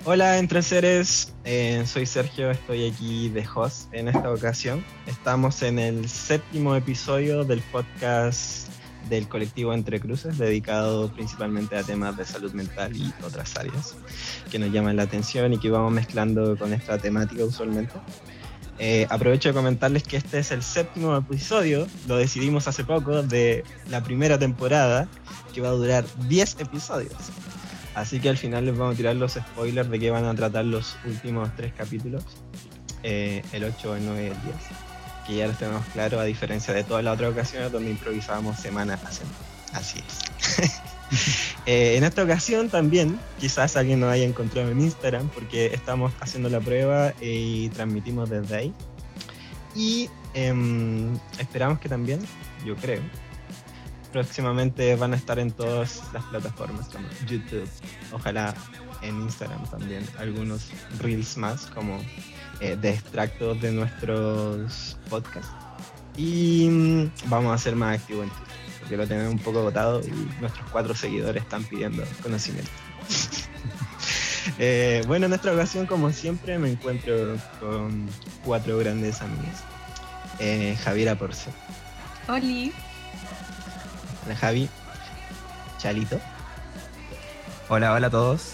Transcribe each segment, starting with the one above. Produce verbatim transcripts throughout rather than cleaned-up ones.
Hola entre seres, eh, soy Sergio, estoy aquí de host en esta ocasión. Estamos en el séptimo episodio del podcast del colectivo Entre Cruces, dedicado principalmente a temas de salud mental y otras áreas que nos llaman la atención y que vamos mezclando con esta temática usualmente. Eh, aprovecho de comentarles que este es el séptimo episodio, lo decidimos hace poco, de la primera temporada, que va a durar diez episodios. Así que al final les vamos a tirar los spoilers de qué van a tratar los últimos tres capítulos, eh, el ocho, el nueve y el diez, que ya los tenemos claros, a diferencia de todas las otras ocasiones donde improvisábamos semana a semana. Así es. eh, en esta ocasión también, quizás alguien nos haya encontrado en Instagram, porque estamos haciendo la prueba y transmitimos desde ahí. Y eh, esperamos que también, yo creo, próximamente van a estar en todas las plataformas como YouTube, ojalá en Instagram también, algunos reels más como eh, de extractos de nuestros podcasts. Y mm, vamos a ser más activos en Twitter, porque lo tenemos un poco agotado y nuestros cuatro seguidores están pidiendo conocimiento. eh, bueno, en esta ocasión, como siempre, me encuentro con cuatro grandes amigas. Eh, Javiera Porce. Oli. Hola Javi. Chalito. Hola, hola a todos.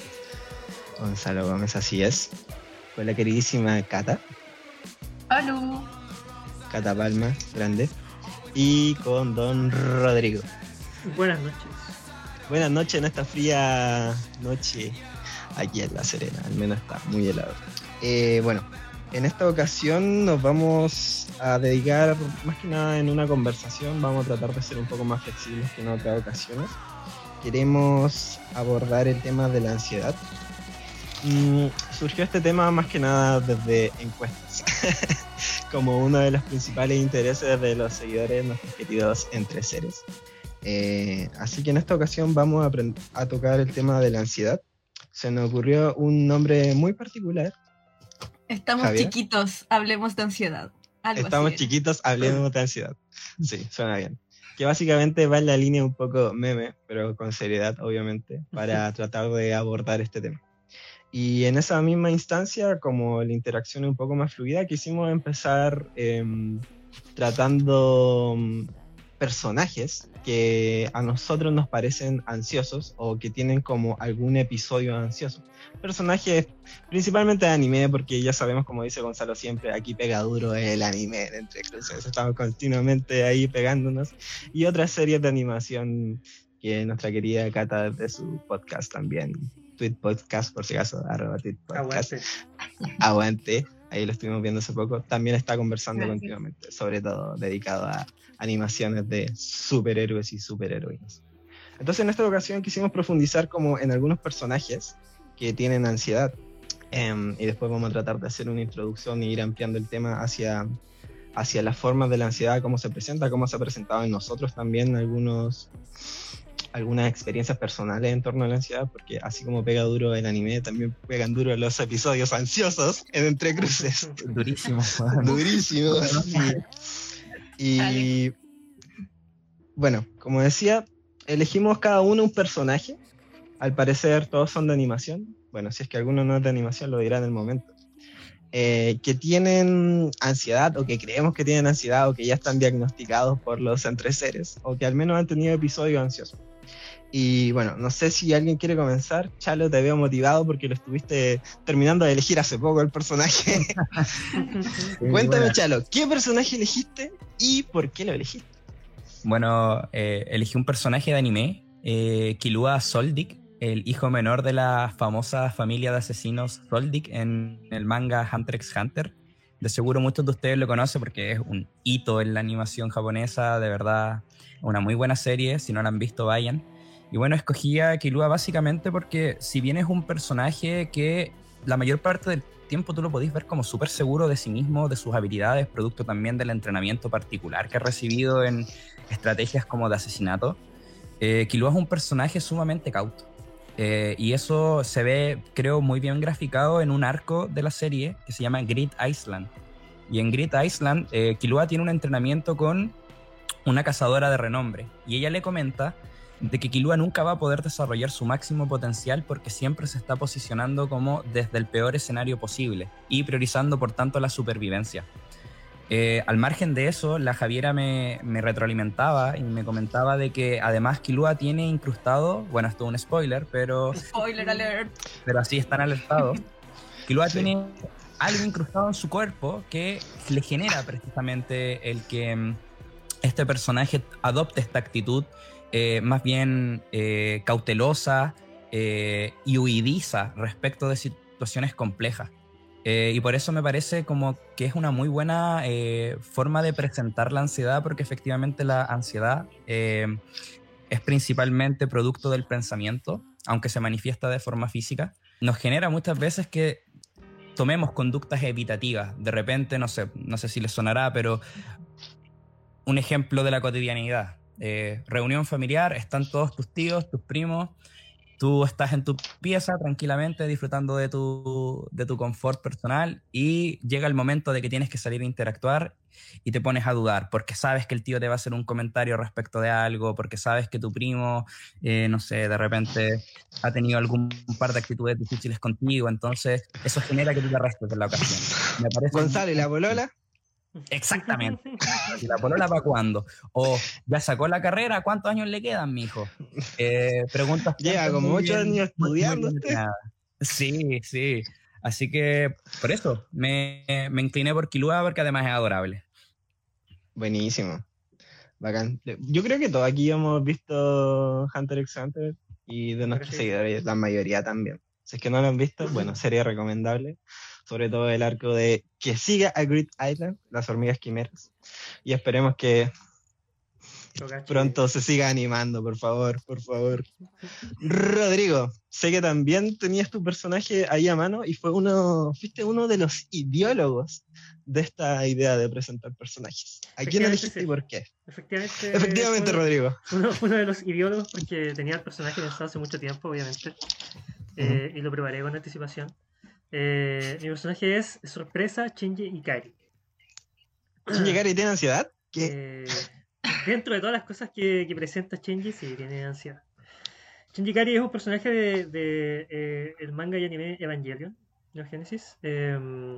Gonzalo Gómez, así es. Con la queridísima Cata. Hola. Cata Palma, grande. Y con don Rodrigo. Buenas noches. Buenas noches en esta fría noche aquí en La Serena, al menos está muy helado. Eh, bueno, en esta ocasión nos vamos a dedicar más que nada en una conversación, vamos a tratar de ser un poco más flexibles que en otras ocasiones. Queremos abordar el tema de la ansiedad. Mm, surgió este tema más que nada desde encuestas, como uno de los principales intereses de los seguidores, nuestros queridos entre seres. Eh, así que en esta ocasión vamos a, aprend- a tocar el tema de la ansiedad. Se nos ocurrió un nombre muy particular. Estamos Javier. chiquitos, hablemos de ansiedad. Algo Estamos así. chiquitos, hablemos de ansiedad. Sí, suena bien. Que básicamente va en la línea un poco meme, pero con seriedad, obviamente, para tratar de abordar este tema. Y en esa misma instancia, como la interacción es un poco más fluida, quisimos empezar eh, tratando um, personajes que a nosotros nos parecen ansiosos o que tienen como algún episodio ansioso. Personajes principalmente de anime, porque ya sabemos, como dice Gonzalo siempre, aquí pega duro el anime en Entre Cruces, estamos continuamente ahí pegándonos. Y otras series de animación que nuestra querida Cata de su podcast también, Tweet Podcast, por si acaso, arroba Tweet Podcast. Aguante. Aguante, ahí lo estuvimos viendo hace poco, también está conversando Gracias. continuamente, sobre todo dedicado a animaciones de superhéroes y superheroínas. Entonces en esta ocasión quisimos profundizar como en algunos personajes que tienen ansiedad, eh, y después vamos a tratar de hacer una introducción y ir ampliando el tema hacia, hacia las formas de la ansiedad, cómo se presenta, cómo se ha presentado en nosotros también algunos, algunas experiencias personales en torno a la ansiedad, porque así como pega duro el anime, también pegan duro los episodios ansiosos en Entre Cruces. Durísimo. Durísimo. Sí. Y Dale. bueno, como decía, elegimos cada uno un personaje. Al parecer todos son de animación. Bueno, si es que alguno no es de animación, lo dirá en el momento. Eh, que tienen ansiedad, o que creemos que tienen ansiedad, o que ya están diagnosticados por los entreseres, o que al menos han tenido episodios ansiosos. Y bueno, no sé si alguien quiere comenzar. Chalo, te veo motivado porque lo estuviste terminando de elegir hace poco el personaje. Cuéntame, bueno. Chalo, ¿qué personaje elegiste y por qué lo elegiste? Bueno, eh, elegí un personaje de anime, eh, Killua Soldic, el hijo menor de la famosa familia de asesinos Soldic en el manga Hunter x Hunter. De seguro muchos de ustedes lo conocen porque es un hito en la animación japonesa, de verdad, una muy buena serie. Si no la han visto, vayan. Y bueno, escogí a Killua básicamente porque si bien es un personaje que la mayor parte del tiempo tú lo podés ver como súper seguro de sí mismo, de sus habilidades, producto también del entrenamiento particular que ha recibido en estrategias como de asesinato, eh, Killua es un personaje sumamente cauto. Eh, y eso se ve, creo, muy bien graficado en un arco de la serie que se llama Grid Island. Y en Grid Island, eh, Killua tiene un entrenamiento con una cazadora de renombre. Y ella le comenta de que Killua nunca va a poder desarrollar su máximo potencial porque siempre se está posicionando como desde el peor escenario posible y priorizando por tanto la supervivencia. Eh, al margen de eso, la Javiera me, me retroalimentaba y me comentaba de que además Killua tiene incrustado, bueno, esto es un spoiler, pero, Spoiler alert. pero así están alertados, Killua Sí. tiene algo incrustado en su cuerpo que le genera precisamente el que mm, este personaje adopte esta actitud eh, más bien eh, cautelosa eh, y huidiza respecto de situaciones complejas. Eh, y por eso me parece como que es una muy buena eh, forma de presentar la ansiedad, porque efectivamente la ansiedad eh, es principalmente producto del pensamiento, aunque se manifiesta de forma física. Nos genera muchas veces que tomemos conductas evitativas. De repente, no sé, no sé si les sonará, pero un ejemplo de la cotidianidad. Eh, reunión familiar, están todos tus tíos, tus primos, tú estás en tu pieza tranquilamente disfrutando de tu, de tu confort personal y llega el momento de que tienes que salir a interactuar y te pones a dudar porque sabes que el tío te va a hacer un comentario respecto de algo, porque sabes que tu primo, eh, no sé, de repente ha tenido algún par de actitudes difíciles contigo, entonces eso genera que tú te restes en la ocasión. Me parece Gonzalo, ¿y la polola? Exactamente. ¿Y la polola para cuándo? O ya sacó la carrera, ¿cuántos años le quedan, mijo? Eh, preguntas. Lleva como muy ocho bien- años muy- muy estudiando bien usted. ordenadas. Sí, sí. Así que por eso me, me incliné por Killua porque además es adorable. Buenísimo. Bacán. Yo creo que todos aquí hemos visto Hunter x Hunter y de nuestros sí. seguidores, la mayoría también. Si es que no lo han visto, bueno, sería recomendable. Sobre todo el arco de que siga a Grid Island, las hormigas quimeras. Y esperemos que Togashi. pronto se siga animando, por favor, por favor. Rodrigo, sé que también tenías tu personaje ahí a mano y fue uno, fuiste uno de los ideólogos de esta idea de presentar personajes. ¿A quién Efectivamente, elegiste sí. y por qué? Efectivamente, Efectivamente, fue Rodrigo. uno, uno de los ideólogos porque tenía el personaje pensado hace mucho tiempo, obviamente, eh, y lo preparé con anticipación. Eh, mi personaje es, sorpresa, Shinji Ikari. ¿Shinji Ikari tiene ansiedad? ¿Qué? Eh, dentro de todas las cosas que, que presenta Shinji, sí, tiene ansiedad. Shinji Ikari es un personaje de, de eh, el manga y anime Evangelion, Neo Genesis, eh,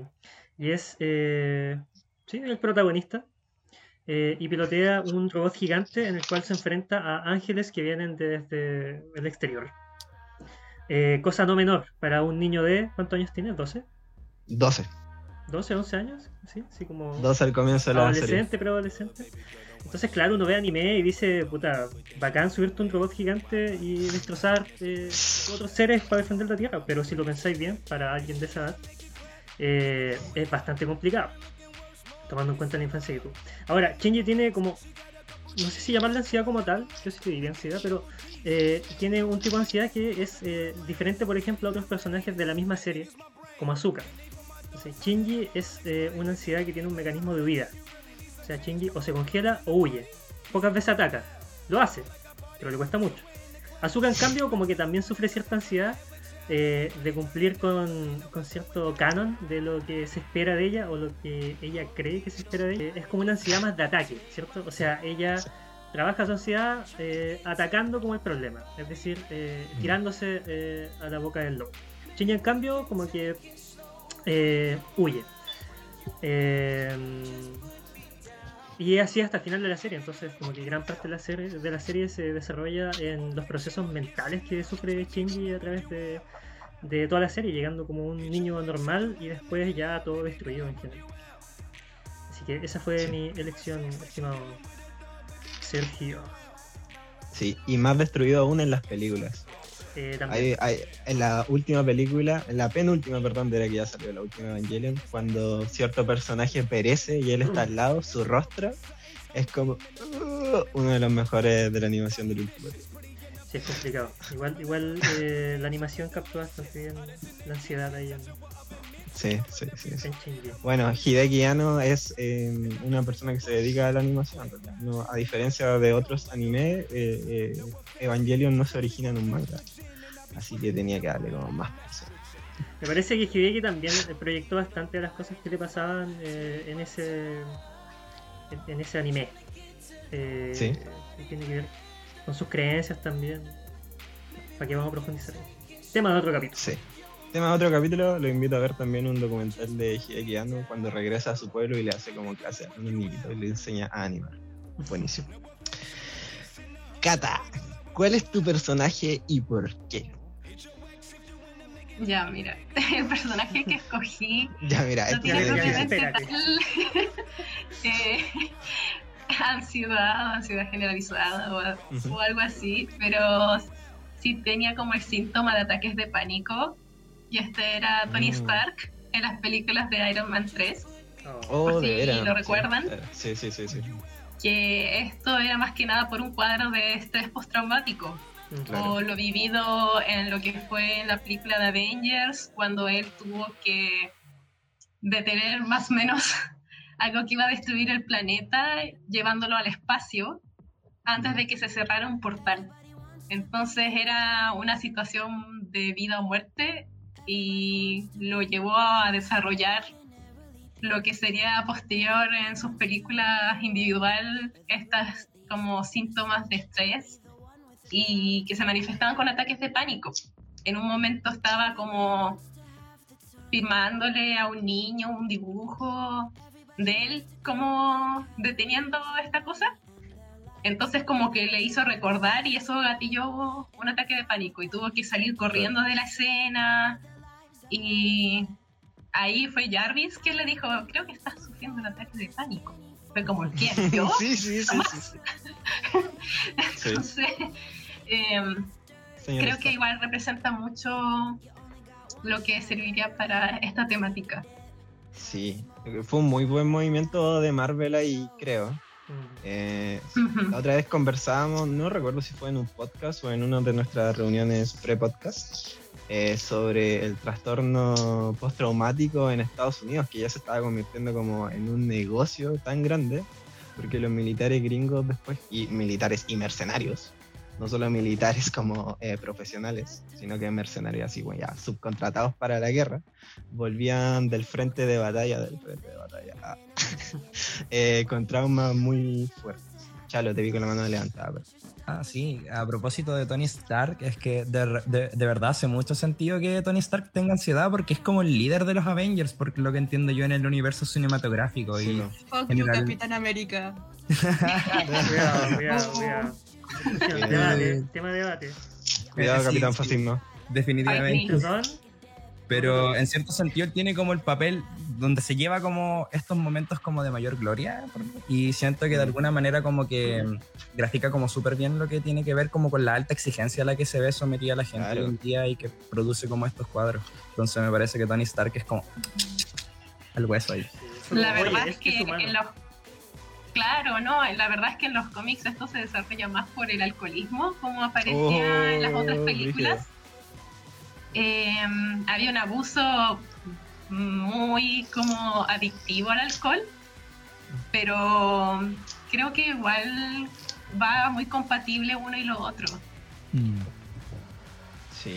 y es eh, sí, el protagonista, eh, y pilotea un robot gigante en el cual se enfrenta a ángeles que vienen desde el exterior. Eh, cosa no menor para un niño de... ¿Cuántos años tiene? ¿doce? doce. ¿doce, once años? Sí, así como... doce al comienzo de la serie. adolescente, preadolescente. Entonces, claro, uno ve anime y dice, puta, bacán subirte un robot gigante y destrozar eh, otros seres para defender la Tierra. Pero si lo pensáis bien, para alguien de esa edad, eh, es bastante complicado, tomando en cuenta la infancia que tuvo. Ahora, Shinji tiene como... No sé si llamarla ansiedad como tal, yo sí que diría ansiedad, pero eh, tiene un tipo de ansiedad que es eh, diferente, por ejemplo, a otros personajes de la misma serie, como Asuka. Entonces, Shinji es eh, una ansiedad que tiene un mecanismo de huida. O sea, Shinji o se congela o huye. Pocas veces ataca. Lo hace, pero le cuesta mucho. Asuka, en cambio, como que también sufre cierta ansiedad eh, de cumplir con, con cierto canon de lo que se espera de ella o lo que ella cree que se espera de ella. Es como una ansiedad más de ataque, ¿cierto? O sea, ella trabaja su ansiedad eh, atacando como el problema. Es decir, eh, tirándose eh, a la boca del lobo. Shinji, en cambio, como que eh, huye. Eh, y es así hasta el final de la serie. Entonces, como que gran parte de la serie, de la serie se desarrolla en los procesos mentales que sufre Shinji a través de, de toda la serie, llegando como un niño normal y después ya todo destruido en general. Así que esa fue Sí. mi elección, estimado Sergio. Sí, y más destruido aún en las películas. Eh, también. Hay, hay, en la última película, en la penúltima, perdón, de la que ya salió la última Evangelion, cuando cierto personaje perece y él está al lado, su rostro es como uh, uno de los mejores de la animación del último. Sí, es complicado. Igual, igual eh, la animación captura bastante bien la ansiedad ahí en, Sí, sí, sí, sí. en Shinji. Bueno, Hideki Anno es eh, una persona que se dedica a la animación. No, a diferencia de otros animes, eh, eh, Evangelion no se origina en un manga. Así que tenía que darle como más peso. Me parece que Hideki también proyectó bastante de las cosas que le pasaban eh, en ese en, en ese anime. Eh, Sí. que tiene que ver con sus creencias también. ¿Para qué vamos a profundizar? Tema de otro capítulo. Sí. Tema de otro capítulo, lo invito a ver también un documental de Hideki Anno cuando regresa a su pueblo y le hace como clase a un niñito y le enseña a animar. Buenísimo. Cata, ¿cuál es tu personaje y por qué? Ya, mira, el personaje que escogí Ya, mira, no este tiene es ya, ya, difícil. propiamente espérate. tal eh, ansiedad, ansiedad generalizada o, Ujú. o algo así, pero sí tenía como el síntoma de ataques de pánico, y este era Tony Mm. Stark en las películas de Iron Man tres, Oh. Oh, por de si veras. lo recuerdan. Sí, sí, sí, sí. que esto era más que nada por un cuadro de estrés postraumático, Mm. Claro. o lo vivido en lo que fue en la película de Avengers, cuando él tuvo que detener más o menos algo que iba a destruir el planeta, llevándolo al espacio antes de que se cerrara un portal. Entonces era una situación de vida o muerte, y lo llevó a desarrollar lo que sería posterior en sus películas individual, estas como síntomas de estrés y que se manifestaban con ataques de pánico. En un momento estaba como firmándole a un niño un dibujo de él como deteniendo esta cosa. Entonces como que le hizo recordar, y eso gatilló un ataque de pánico y tuvo que salir corriendo de la escena. Y ahí fue Jarvis quien le dijo, creo que estás sufriendo un ataque de pánico. Fue como, ¿quién? ¿Yo? Sí, sí, sí, sí, sí. Sí, Entonces, eh, señor creo Stark. que igual representa mucho lo que serviría para esta temática. Sí, fue un muy buen movimiento de Marvel ahí, creo. Mm. Eh, Ujú. la otra vez conversábamos, no recuerdo si fue en un podcast o en una de nuestras reuniones pre-podcast, eh, sobre el trastorno postraumático en Estados Unidos, que ya se estaba convirtiendo como en un negocio tan grande, porque los militares gringos después, y militares y mercenarios, no solo militares como eh, profesionales, sino que mercenarios así, bueno, ya subcontratados para la guerra, volvían del frente de batalla, del frente de batalla, ah, eh, con traumas muy fuertes. Chalo, te vi con la mano levantada. Pero... Ah, sí, a propósito de Tony Stark, es que de, de, de verdad hace mucho sentido que Tony Stark tenga ansiedad, porque es como el líder de los Avengers, porque lo que entiendo yo en el universo cinematográfico. Sí, y no. Fuck General- you, Capitán América. Cuidado, cuidado, cuidado. Cuidado. Debate, tema de debate. Cuidado, Sí, Capitán sí. Fascismo. Definitivamente. Ay, Perdón. Pero en cierto sentido él tiene como el papel donde se lleva como estos momentos como de mayor gloria, y siento que de alguna manera como que grafica como súper bien lo que tiene que ver como con la alta exigencia a la que se ve sometida la gente Claro. hoy en día y que produce como estos cuadros. Entonces me parece que Tony Stark es como al hueso ahí. La Oye, verdad es que humano. en los... Claro, no, la verdad es que en los cómics esto se desarrolla más por el alcoholismo, como aparecía Oh, en las otras brígido. películas. Eh, había un abuso muy como adictivo al alcohol, pero creo que igual va muy compatible uno y lo otro. Sí.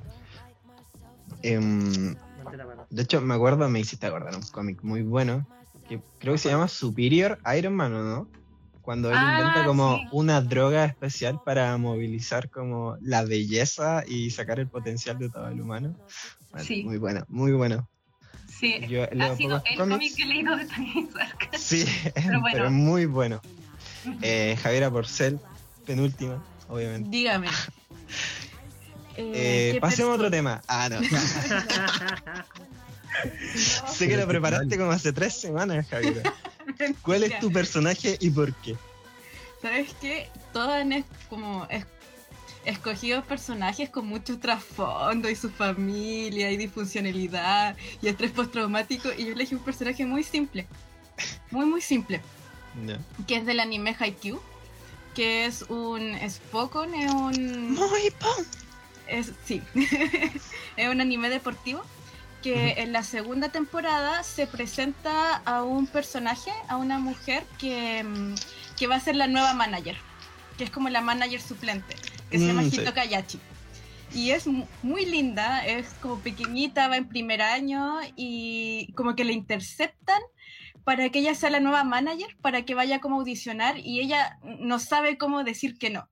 Em, Levante la mano. de hecho, me acuerdo, me hiciste acordar un cómic muy bueno, que creo que se llama Superior Iron Man, ¿o no? Cuando él Ah, inventa como sí. una droga especial para movilizar como la belleza y sacar el potencial de todo el humano. Bueno, Sí. Muy bueno, muy bueno. Sí, Yo leo ha sido pocos el cómics. cómic que he leído de Tony Stark. Sí, Pero bueno. pero muy bueno. Eh, Javiera Porcel, penúltima, obviamente. Dígame. Eh, ¿qué pasemos a otro perso- tema. Ah, no. Sé que lo preparaste como hace tres semanas, Javiera. ¿Cuál es tu personaje y por qué? ¿Sabes qué? Todos han es- como es- escogido personajes con mucho trasfondo y su familia y disfuncionalidad y estrés postraumático, y yo elegí un personaje muy simple, muy muy simple, No. que es del anime Haikyuu, que es un Spokon, es un... Muy bon. Es, sí, es un anime deportivo que Ujú. en la segunda temporada se presenta a un personaje, a una mujer que, mm, que va a ser la nueva manager, que es como la manager suplente, que se llama Mm, sí. Hito Kayachi. Y es mu- muy linda, es como pequeñita, va en primer año y como que le interceptan para que ella sea la nueva manager, para que vaya como a audicionar, y ella no sabe cómo decir que no.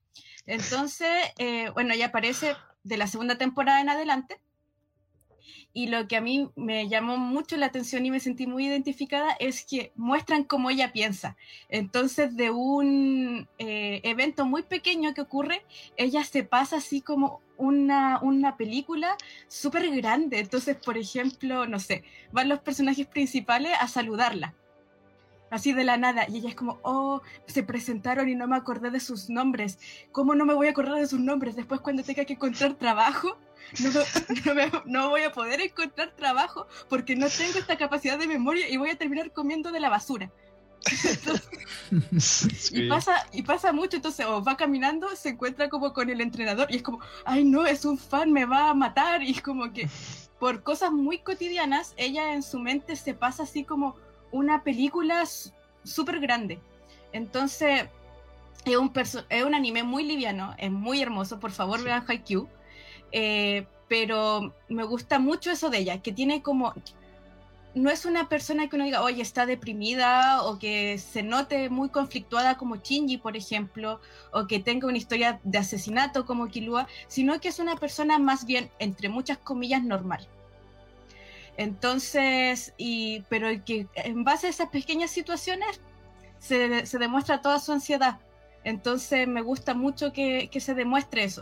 Entonces, eh, bueno, ella aparece de la segunda temporada en adelante. Y lo que a mí me llamó mucho la atención y me sentí muy identificada es que muestran cómo ella piensa. Entonces, de un eh, evento muy pequeño que ocurre, ella se pasa así como una, una película súper grande. Entonces, por ejemplo, no sé, van los personajes principales a saludarla, así de la nada, y ella es como, oh, se presentaron y no me acordé de sus nombres. ¿Cómo no me voy a acordar de sus nombres? Después cuando tenga que encontrar trabajo, no, no, me, no voy a poder encontrar trabajo porque no tengo esta capacidad de memoria y voy a terminar comiendo de la basura. Entonces, sí. y, pasa, y pasa mucho, entonces o va caminando, se encuentra como con el entrenador y es como, ay no, es un fan, me va a matar, y es como que por cosas muy cotidianas, ella en su mente se pasa así como una película súper grande. Entonces es un, perso- es un anime muy liviano, es muy hermoso, por favor, sí. Vean Haikyuu. Eh, pero me gusta mucho eso de ella, que tiene como, no es una persona que uno diga, oye, está deprimida, o que se note muy conflictuada como Shinji, por ejemplo, o que tenga una historia de asesinato como Killua, sino que es una persona más bien, entre muchas comillas, normal. Entonces, y, pero que en base a esas pequeñas situaciones se, se demuestra toda su ansiedad. Entonces me gusta mucho que, que se demuestre eso.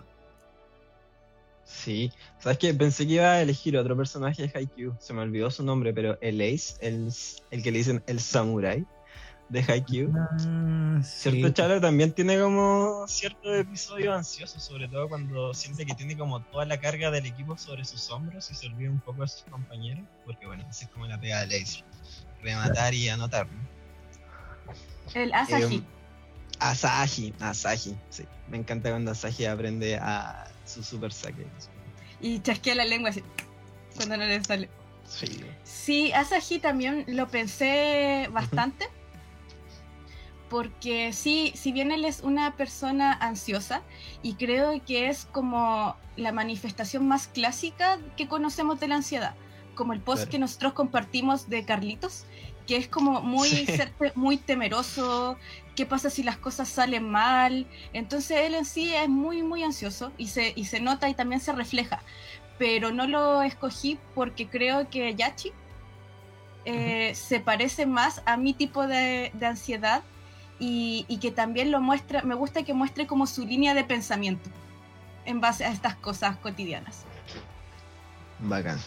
Sí, ¿sabes qué? Pensé que iba a elegir otro personaje de Haikyuu, se me olvidó su nombre, pero el Ace, el, el que le dicen el Samurai de Haikyuu. Ah, sí. Cierto, Chalo también tiene como cierto episodio ansioso, sobre todo cuando siente que tiene como toda la carga del equipo sobre sus hombros y se olvida un poco de sus compañeros, porque bueno, esa es como la pega del Ace, rematar y anotar, ¿no? El Asahi. Eh, Asahi, Asahi, sí. Me encanta cuando Asahi aprende a su super saque. Y chasquea la lengua así, cuando no le sale. Sí. Sí, Asahi también lo pensé bastante. Uh-huh. Porque sí, si bien él es una persona ansiosa, y creo que es como la manifestación más clásica que conocemos de la ansiedad, como el post claro. que nosotros compartimos de Carlitos, que es como muy, sí. ser, muy temeroso, qué pasa si las cosas salen mal. Entonces él en sí es muy, muy ansioso y se, y se nota y también se refleja. Pero no lo escogí porque creo que Yachi eh, uh-huh. se parece más a mi tipo de, de ansiedad y, y que también lo muestra, me gusta que muestre como su línea de pensamiento en base a estas cosas cotidianas. Bacán.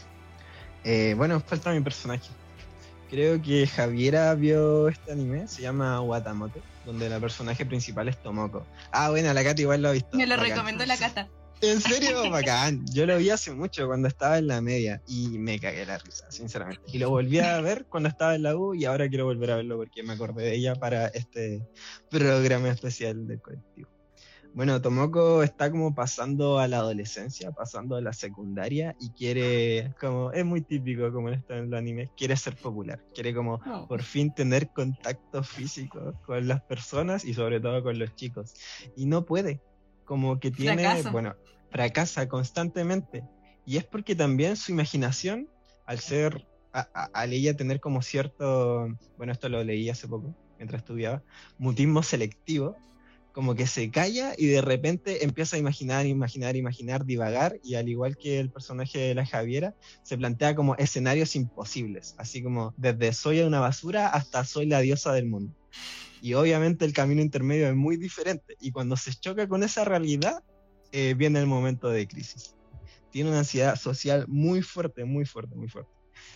Eh, bueno, falta mi personaje. Creo que Javiera vio este anime, se llama Watamote, donde la personaje principal es Tomoko. Ah, bueno, la Cata igual lo ha visto. Me lo bacán. Recomendó la Cata. ¿En serio? Bacán. Yo lo vi hace mucho, cuando estaba en la media, y me cagué la risa, sinceramente. Y lo volví a ver cuando estaba en la U, y ahora quiero volver a verlo porque me acordé de ella para este programa especial del colectivo. Bueno, Tomoko está como pasando a la adolescencia, pasando a la secundaria y quiere, como es muy típico como en el anime, quiere ser popular, quiere como oh. por fin tener contacto físico con las personas y sobre todo con los chicos. Y no puede, como que tiene, fracasa. bueno, fracasa constantemente. Y es porque también su imaginación, al ser, a, a, al ella tener como cierto, bueno, esto lo leí hace poco, mientras estudiaba, mutismo selectivo, como que se calla y de repente empieza a imaginar, imaginar, imaginar, divagar, y al igual que el personaje de la Javiera, se plantea como escenarios imposibles, así como desde soy una basura hasta soy la diosa del mundo. Y obviamente el camino intermedio es muy diferente, y cuando se choca con esa realidad, eh, viene el momento de crisis. Tiene una ansiedad social muy fuerte, muy fuerte, muy fuerte.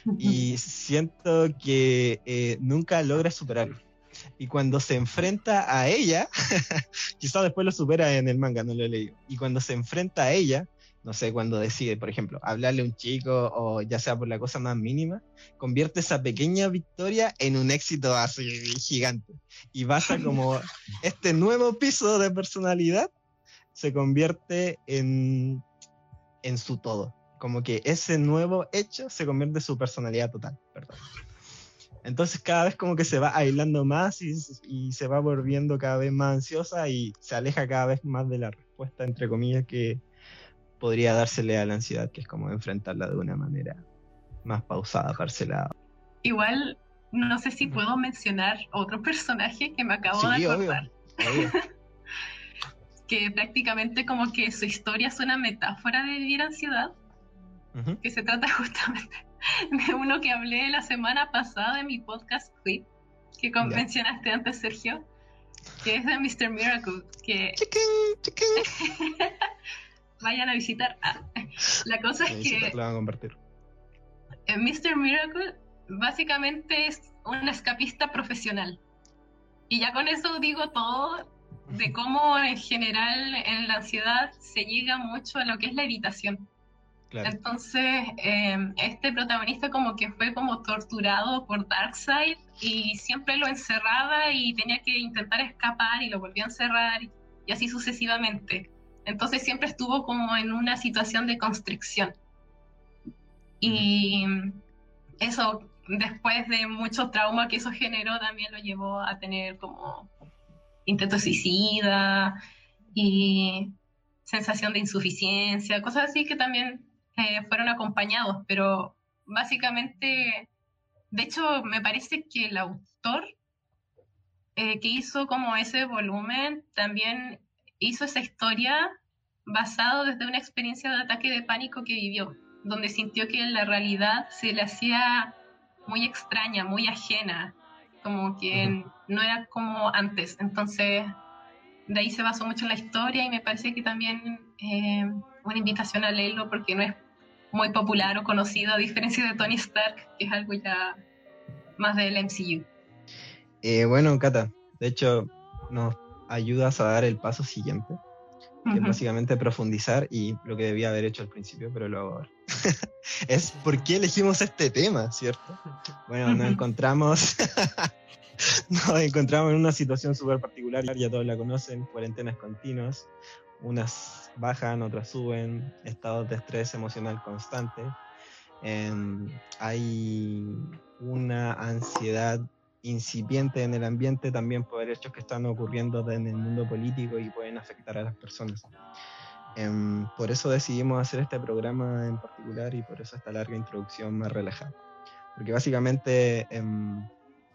Y siento que eh, nunca logra superarlo. Y cuando se enfrenta a ella, quizás después lo supera en el manga, no lo he leído. Y cuando se enfrenta a ella, no sé, cuando decide, por ejemplo, hablarle a un chico o ya sea por la cosa más mínima, convierte esa pequeña victoria en un éxito así gigante. Y baja como este nuevo piso de personalidad, se convierte en, en su todo. Como que ese nuevo hecho se convierte en su personalidad total, perdón. Entonces cada vez como que se va aislando más y, y se va volviendo cada vez más ansiosa y se aleja cada vez más de la respuesta, entre comillas, que podría dársele a la ansiedad, que es como enfrentarla de una manera más pausada, parcelada. Igual, no sé si puedo mencionar otro personaje que me acabo sí, de acordar. Obvio, obvio. que prácticamente como que su historia es una metáfora de vivir ansiedad, Ujú. que se trata justamente de uno que hablé la semana pasada en mi podcast Clip, que con- Ya. mencionaste antes, Sergio, que es de míster Miracle, que Chicken, chicken. vayan a visitar. Ah, la cosa es Sí, que lo van a compartir. eh, míster Miracle básicamente es un escapista profesional. Y ya con eso digo todo de cómo en general en la ansiedad se llega mucho a lo que es la evitación. Claro. Entonces, eh, este protagonista como que fue como torturado por Darkseid y siempre lo encerraba y tenía que intentar escapar y lo volvía a encerrar y, y así sucesivamente. Entonces siempre estuvo como en una situación de constricción. Y eso, después de mucho trauma que eso generó, también lo llevó a tener como intento suicida y sensación de insuficiencia, cosas así que también eh, fueron acompañados, pero básicamente, de hecho, me parece que el autor eh, que hizo como ese volumen también hizo esa historia basado desde una experiencia de ataque de pánico que vivió, donde sintió que la realidad se le hacía muy extraña, muy ajena, como que Ujú. no era como antes. Entonces, de ahí se basó mucho en la historia y me parece que también eh, una invitación a leerlo porque no es muy popular o conocido, a diferencia de Tony Stark, que es algo ya más del M C U. Eh, bueno, Cata, de hecho, nos ayudas a dar el paso siguiente, que es Ujú. básicamente profundizar y lo que debía haber hecho al principio, pero lo hago ahora. Es por qué elegimos este tema, ¿cierto? Bueno, nos Ujú. encontramos, nos encontramos en una situación súper particular, ya todos la conocen, cuarentenas continuas, unas bajan, otras suben, estados de estrés emocional constante, em, hay una ansiedad incipiente en el ambiente también por hechos que están ocurriendo en el mundo político y pueden afectar a las personas. Em, por eso decidimos hacer este programa en particular y por eso esta larga introducción más relajada. Porque básicamente em,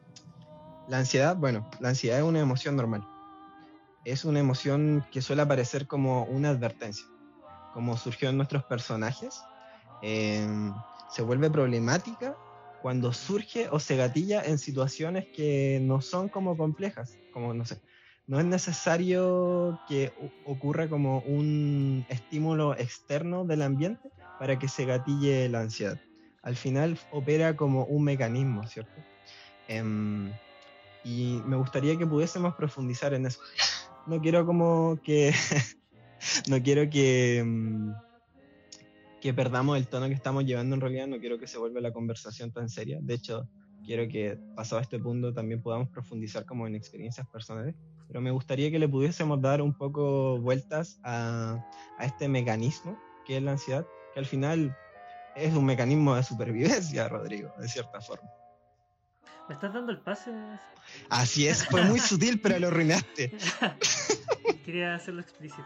la ansiedad, bueno, la ansiedad es una emoción normal. Es una emoción que suele aparecer como una advertencia. Como surgió en nuestros personajes, em, se vuelve problemática cuando surge o se gatilla en situaciones que no son como complejas, como no sé, no es necesario que o- ocurra como un estímulo externo del ambiente para que se gatille la ansiedad. Al final opera como un mecanismo, ¿cierto? Em, y me gustaría que pudiésemos profundizar en eso. No quiero como que, no quiero que... em, que perdamos el tono que estamos llevando en realidad, no quiero que se vuelva la conversación tan seria. De hecho, quiero que pasado este punto también podamos profundizar como en experiencias personales, pero me gustaría que le pudiésemos dar un poco vueltas a, a este mecanismo que es la ansiedad, que al final es un mecanismo de supervivencia, Rodrigo, de cierta forma. ¿Me estás dando el pase? Así es, fue muy sutil, pero lo arruinaste. Quería hacerlo explícito.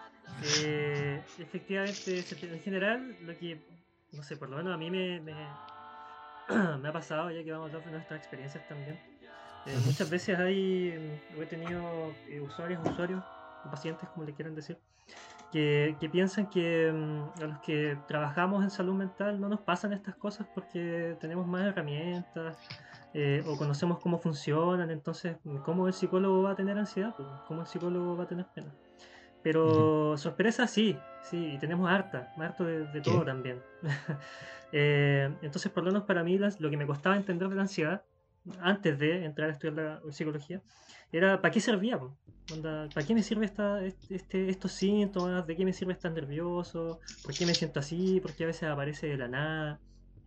Eh, efectivamente, se- en general, lo que, no sé, por lo menos a mí me, me, me ha pasado, ya que vamos a hablar de nuestras experiencias también. Eh, Ujú. muchas veces hay, mm, he tenido eh, usuarios, usuarios, o pacientes, como le quieran decir, que, que piensan que mm, a los que trabajamos en salud mental no nos pasan estas cosas porque tenemos más herramientas eh, o conocemos cómo funcionan, entonces, ¿cómo el psicólogo va a tener ansiedad? Pues, ¿cómo el psicólogo va a tener pena? Pero sorpresa sí, sí, y tenemos harta, harto de, de todo ¿Qué? también. Eh, entonces, por lo menos para mí, las- lo que me costaba entender de la ansiedad, antes de entrar a estudiar la psicología, era para qué servía, po. Onda, ¿para qué me sirve esta, este, estos síntomas? ¿De qué me sirve estar nervioso? ¿Por qué me siento así? ¿Por qué a veces aparece de la nada?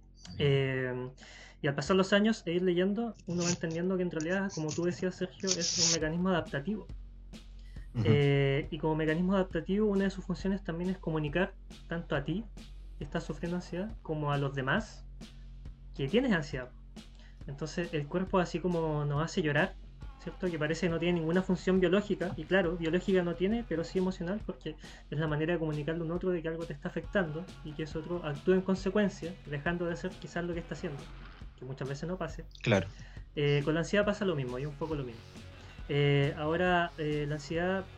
Eh, y al pasar los años e ir leyendo, uno va entendiendo que en realidad, como tú decías, Sergio, es un mecanismo adaptativo. Ujú. Eh, y como mecanismo adaptativo, una de sus funciones también es comunicar tanto a ti, que estás sufriendo ansiedad, como a los demás, que tienes ansiedad. Entonces el cuerpo así como nos hace llorar, ¿cierto? Que parece que no tiene ninguna función biológica, y claro, biológica no tiene, pero sí emocional, porque es la manera de comunicarle a un otro de que algo te está afectando y que ese otro actúe en consecuencia, dejando de hacer quizás lo que está haciendo, que muchas veces no pase. Claro. Eh, con la ansiedad pasa lo mismo, y un poco lo mismo. Eh, ahora, eh, la ansiedad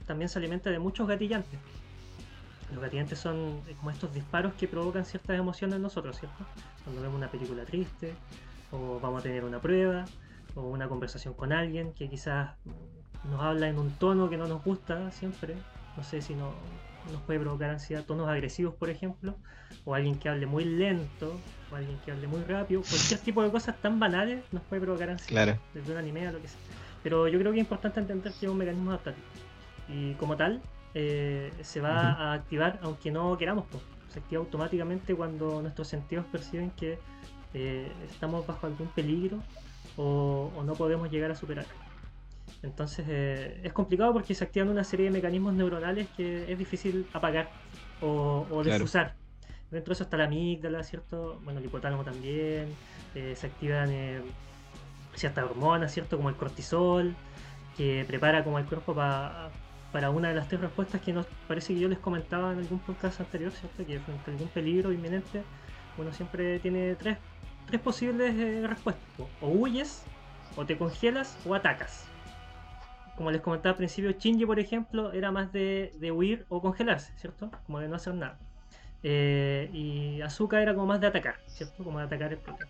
también se alimenta de muchos gatillantes. Los gatillantes son como estos disparos que provocan ciertas emociones en nosotros, ¿cierto? Cuando vemos una película triste, o vamos a tener una prueba, o una conversación con alguien que quizás nos habla en un tono que no nos gusta siempre. No sé si no, nos puede provocar ansiedad, tonos agresivos, por ejemplo, o alguien que hable muy lento, o alguien que hable muy rápido. Cualquier tipo de cosas tan banales nos puede provocar ansiedad, Claro. desde un anime a lo que sea. Pero yo creo que es importante entender que es un mecanismo adaptativo. Y como tal, eh, se va Ujú. a activar aunque no queramos, pues. Se activa automáticamente cuando nuestros sentidos perciben que eh, estamos bajo algún peligro o, o no podemos llegar a superar. Entonces eh, es complicado porque se activan una serie de mecanismos neuronales que es difícil apagar o, o Claro. desfusar. Dentro de eso está la amígdala, ¿cierto? Bueno, el hipotálamo también. Eh, se activan eh, ciertas hormonas, ¿cierto? Como el cortisol, que prepara como el cuerpo pa- para una de las tres respuestas que nos parece que yo les comentaba en algún podcast anterior, ¿cierto? Que frente a algún peligro inminente, uno siempre tiene tres, tres posibles eh, respuestas. O huyes, o te congelas, o atacas. Como les comentaba al principio, Shinji, por ejemplo, era más de, de huir o congelarse, ¿cierto? Como de no hacer nada. Eh, y Asuka era como más de atacar, ¿cierto? Como de atacar el problema.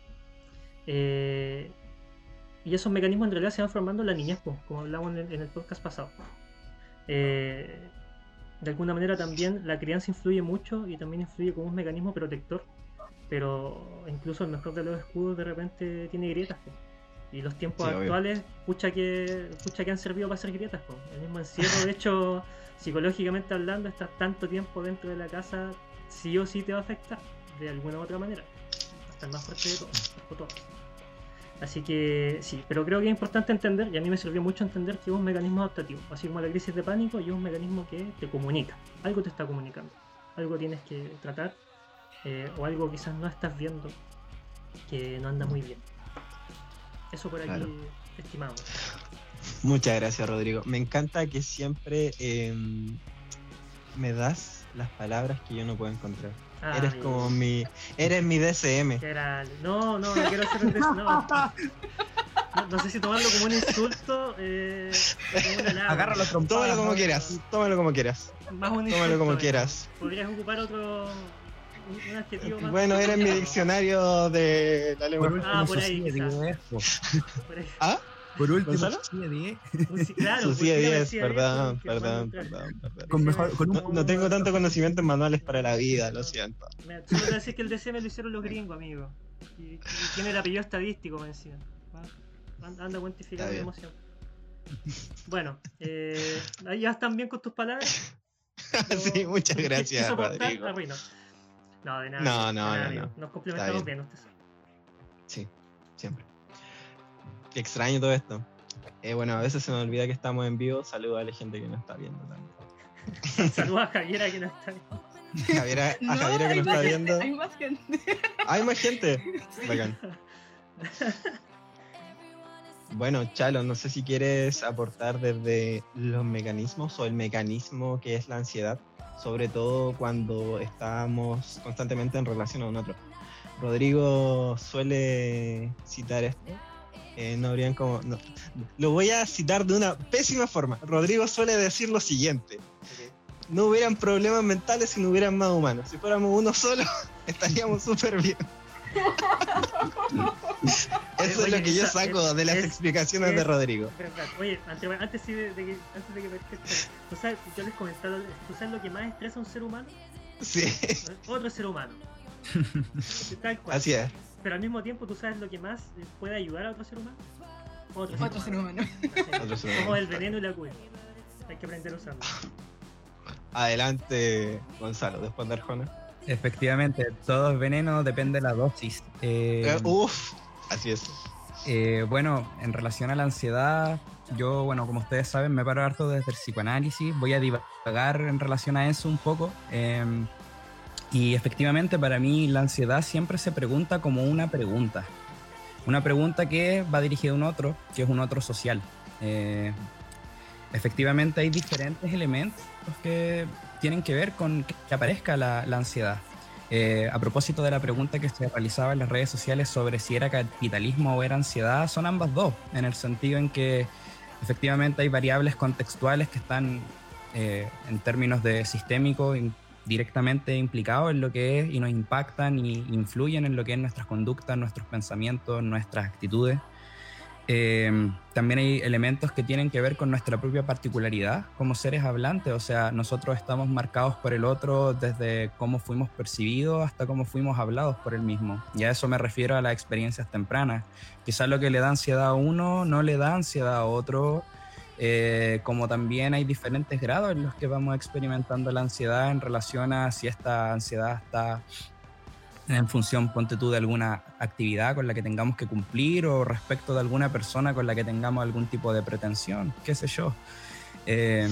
Eh, y esos mecanismos en realidad se van formando en la niñez, pues, como hablamos en el, en el podcast pasado. Eh, de alguna manera también la crianza influye mucho y también influye como un mecanismo protector, pero incluso el mejor de los escudos de repente tiene grietas, pues. Y los tiempos Sí, obvio. actuales, pucha que, pucha que han servido para hacer grietas, pues. El mismo encierro, de hecho, psicológicamente hablando, estar tanto tiempo dentro de la casa, sí o sí te va a afectar, de alguna u otra manera. Hasta el más fuerte de todos, o todos. Así que sí, pero creo que es importante entender, y a mí me sirvió mucho entender que es un mecanismo adaptativo, así como la crisis de pánico, y es un mecanismo que te comunica, algo te está comunicando, algo tienes que tratar, eh, o algo quizás no estás viendo que no anda muy bien. Eso por aquí, Claro. estimado. Muchas gracias, Rodrigo. Me encanta que siempre eh, me das las palabras que yo no puedo encontrar. Ah, Eres amigo. como mi... Eres mi D C M. Que era- No, no, no quiero hacer un des... no. No, no sé si tomarlo como un insulto, eh, o como un halago. Agarra los trompadas. Tómalo como ¿no? quieras. Tómalo como quieras. Más un Tómalo insulto, como eh. quieras. Podrías ocupar otro... un, un adjetivo más. Bueno, eres mi diccionario de la lengua. Por último, Ah, por ahí, Sucia quizás. diez, po. Por ahí. ¿Ah? Por último, ¿Gonzalo? Sucia diez. Un- sí, claro, Sucia pues, diez, Sucia diez, perdón, porque perdón, cuando- perdón, perdón. Con mejor- con un- No, no tengo tanto conocimiento en manuales para la vida, lo siento. Mira, solo te voy a decir que el D C me lo hicieron los gringos, amigo. Y, y tiene el apellido estadístico, me decían. ¿Va? Anda, anda cuantificando Está la bien. emoción. Bueno, eh, ahí ya están bien con tus palabras. Sí, muchas gracias, Quiso aportar, Rodrigo. arruinó. No, de nada. No, de no, nada, no, amigo. no. Nos complementamos Está bien. bien. usted sabe. Sí, siempre. Qué extraño todo esto. Eh, bueno, a veces se me olvida que estamos en vivo. Saludos a la gente que nos está viendo también. Saludos a Javiera que no está ahí. Javiera, a No, Javiera que hay nos más está gente, viendo. hay más gente. Hay más gente. Bacán. Bueno, Chalo, no sé si quieres aportar desde los mecanismos o el mecanismo que es la ansiedad, sobre todo cuando estamos constantemente en relación a un otro. Rodrigo suele citar esto. Eh, no habrían como. No. Lo voy a citar de una pésima forma. Rodrigo suele decir lo siguiente: no hubieran problemas mentales si no hubieran más humanos. Si fuéramos uno solo, estaríamos súper bien. Eso Oye, es lo que yo esa- saco de las es- explicaciones de es- Rodrigo. Verdad. Oye, antes, antes, sí de, de que, antes de que parezca- ¿tú sabes, yo les comentaba, ¿tú sabes lo que más estresa a un ser humano? Sí, Otro ser humano. Tal cual. así es. Pero al mismo tiempo, ¿tú sabes lo que más eh, puede ayudar a otro ser humano? Otro Otro ser humano. Otro ser humano. Como el veneno y la cura. Hay que aprender a usarlo. Adelante, Gonzalo, después de Arjona. Efectivamente, todo es veneno, depende de la dosis. Eh, Eh, Uf, así es. eh, bueno, en relación a la ansiedad, yo, bueno, como ustedes saben, me paro harto desde el psicoanálisis, voy a divagar en relación a eso un poco. eh, y efectivamente, para mí, la ansiedad siempre se pregunta como una pregunta. Una pregunta que va dirigida a un otro, que es un otro social. Eh, efectivamente, hay diferentes elementos que tienen que ver con que aparezca la, la ansiedad. Eh, a propósito de la pregunta que se realizaba en las redes sociales sobre si era capitalismo o era ansiedad, son ambas dos, en el sentido en que efectivamente hay variables contextuales que están eh, en términos de sistémico, in, directamente implicados en lo que es y nos impactan y influyen en lo que es nuestras conductas, nuestros pensamientos, nuestras actitudes. Eh, también hay elementos que tienen que ver con nuestra propia particularidad como seres hablantes, o sea, nosotros estamos marcados por el otro desde cómo fuimos percibidos hasta cómo fuimos hablados por el mismo, y a eso me refiero a las experiencias tempranas. Quizás lo que le da ansiedad a uno no le da ansiedad a otro, eh, como también hay diferentes grados en los que vamos experimentando la ansiedad en relación a si esta ansiedad está en función, ponte tú, de alguna actividad con la que tengamos que cumplir o respecto de alguna persona con la que tengamos algún tipo de pretensión, qué sé yo. Eh,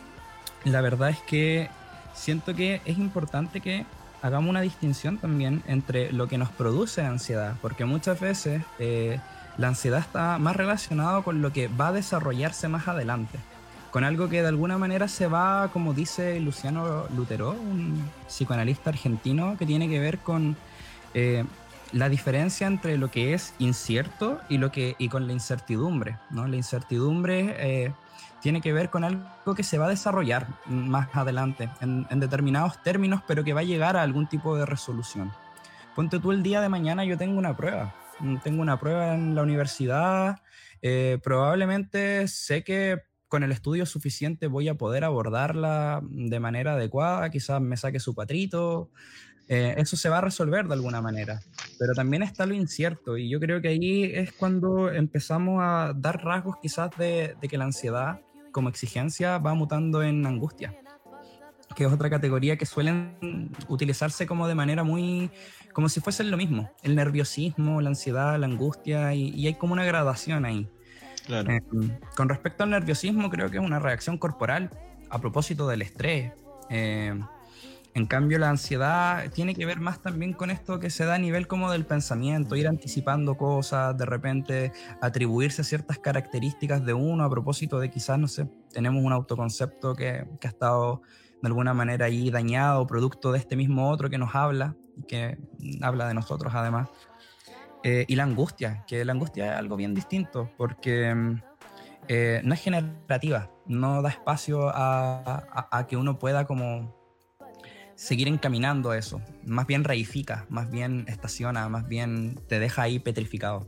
la verdad es que siento que es importante que hagamos una distinción también entre lo que nos produce ansiedad, porque muchas veces eh, la ansiedad está más relacionada con lo que va a desarrollarse más adelante, con algo que de alguna manera se va, como dice Luciano Lutero, un psicoanalista argentino, que tiene que ver con eh, la diferencia entre lo que es incierto y, lo que, y con la incertidumbre, ¿no? La incertidumbre eh, tiene que ver con algo que se va a desarrollar más adelante, en, en determinados términos, pero que va a llegar a algún tipo de resolución. Ponte tú, el día de mañana yo tengo una prueba, tengo una prueba en la universidad, eh, probablemente sé que con el estudio suficiente voy a poder abordarla de manera adecuada, quizás me saque su cuatrito, eh, eso se va a resolver de alguna manera, pero también está lo incierto, y yo creo que ahí es cuando empezamos a dar rasgos quizás de, de que la ansiedad como exigencia va mutando en angustia, que es otra categoría que suelen utilizarse como de manera muy, como si fuesen lo mismo, el nerviosismo, la ansiedad, la angustia, y, y hay como una gradación ahí. Claro. Eh, con respecto al nerviosismo, creo que es una reacción corporal a propósito del estrés. Eh, en cambio, la ansiedad tiene que ver más también con esto que se da a nivel como del pensamiento, ir anticipando cosas, de repente atribuirse ciertas características de uno a propósito de quizás, no sé, tenemos un autoconcepto que, que ha estado de alguna manera ahí dañado, producto de este mismo otro que nos habla, que habla de nosotros además. Eh, y la angustia, que la angustia es algo bien distinto, porque eh, no es generativa, no da espacio a, a, a que uno pueda como seguir encaminando eso, más bien reifica, más bien estaciona, más bien te deja ahí petrificado.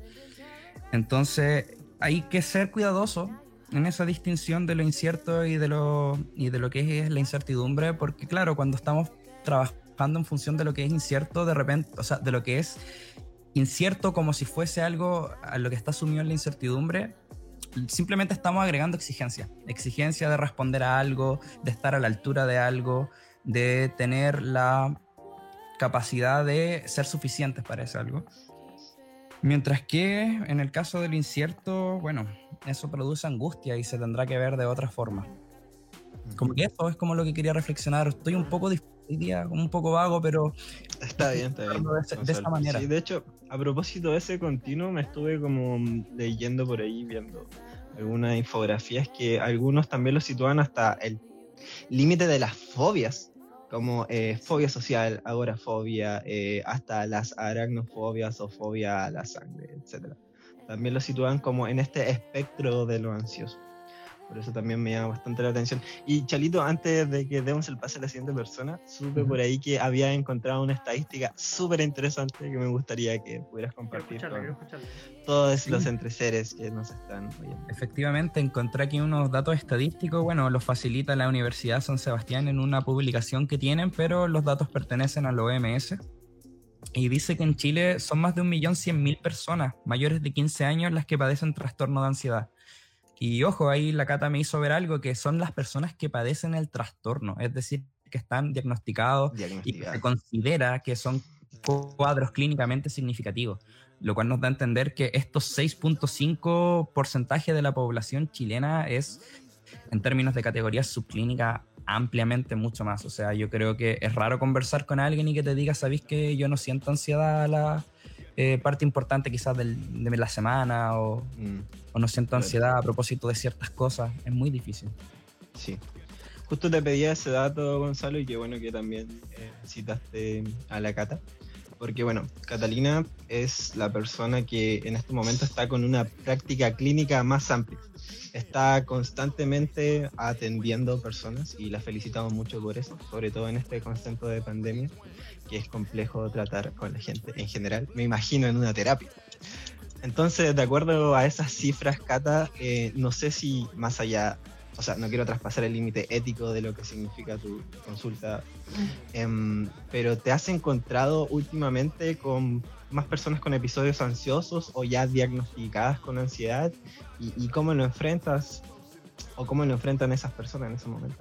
Entonces hay que ser cuidadoso en esa distinción de lo incierto y de lo, y de lo que es la incertidumbre, porque claro, cuando estamos trabajando en función de lo que es incierto, de repente, o sea, de lo que es incierto como si fuese algo a lo que está sumido en la incertidumbre, simplemente estamos agregando exigencia, exigencia de responder a algo, de estar a la altura de algo, de tener la capacidad de ser suficientes para ese algo. Mientras que en el caso del incierto, bueno, eso produce angustia y se tendrá que ver de otra forma. Como que eso es como lo que quería reflexionar. Estoy un poco hoy día, un poco vago, pero está bien, está bien. De, ese, de esa manera. Sí, de hecho, a propósito de ese continuo, me estuve como leyendo por ahí, viendo algunas infografías que algunos también lo sitúan hasta el límite de las fobias, como eh, fobia social, agorafobia, eh, hasta las aracnofobias o fobia a la sangre, etcétera. También lo sitúan como en este espectro de lo ansioso. Por eso también me llama bastante la atención. Y Chalito, antes de que demos el pase a la siguiente persona, supe uh-huh. por ahí que había encontrado una estadística súper interesante que me gustaría que pudieras compartir con todos sí. los entreseres que nos están oyendo. Efectivamente, encontré aquí unos datos estadísticos. Bueno, los facilita la Universidad San Sebastián en una publicación que tienen, pero los datos pertenecen a la O M S. Y dice que en Chile son más de un millón cien mil personas mayores de quince años las que padecen trastorno de ansiedad. Y ojo, ahí la Cata me hizo ver algo, que son las personas que padecen el trastorno, es decir, que están diagnosticados y que se considera que son cuadros clínicamente significativos, lo cual nos da a entender que estos seis punto cinco por ciento de la población chilena es, en términos de categoría subclínica, ampliamente mucho más. O sea, yo creo que es raro conversar con alguien y que te diga, ¿sabéis que yo no siento ansiedad a la eh, parte importante quizás del, de la semana o, mm. o no siento ansiedad a propósito de ciertas cosas? Es muy difícil. Sí. Justo te pedía ese dato, Gonzalo, y qué bueno que también eh, citaste a la Cata, porque bueno, Catalina es la persona que en este momento está con una práctica clínica más amplia. Está constantemente atendiendo personas y la felicitamos mucho por eso, sobre todo en este contexto de pandemia, que es complejo tratar con la gente en general, me imagino en una terapia. Entonces, de acuerdo a esas cifras, Cata, eh, no sé si más allá, o sea, no quiero traspasar el límite ético de lo que significa tu consulta, eh, pero ¿te has encontrado últimamente con más personas con episodios ansiosos o ya diagnosticadas con ansiedad? ¿Y, y cómo lo enfrentas o cómo lo enfrentan esas personas en ese momento?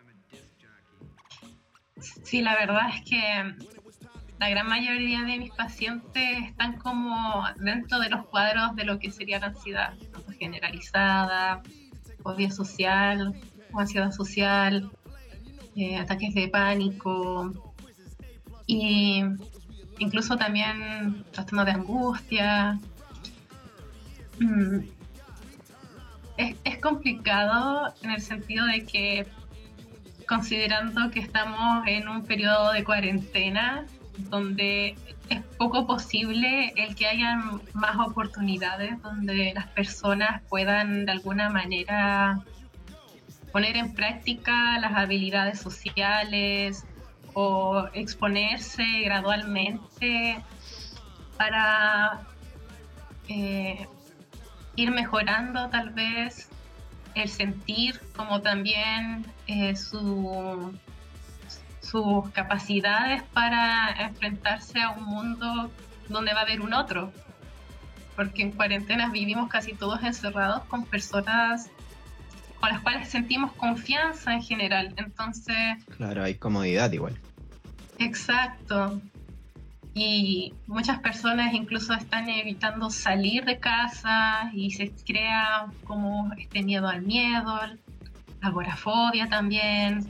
Sí, la verdad es que la gran mayoría de mis pacientes están como dentro de los cuadros de lo que sería la ansiedad, tanto generalizada, fobia social, o ansiedad social, eh, ataques de pánico y incluso también trastorno de angustia. Mm. Es, es complicado en el sentido de que, considerando que estamos en un periodo de cuarentena donde es poco posible el que haya más oportunidades donde las personas puedan de alguna manera poner en práctica las habilidades sociales o exponerse gradualmente para eh, ir mejorando tal vez el sentir, como también eh, su, sus capacidades para enfrentarse a un mundo donde va a haber un otro. Porque en cuarentenas vivimos casi todos encerrados con personas con las cuales sentimos confianza en general. Entonces... Claro, hay comodidad igual. Exacto. Y muchas personas incluso están evitando salir de casa y se crea como este miedo al miedo, agorafobia también,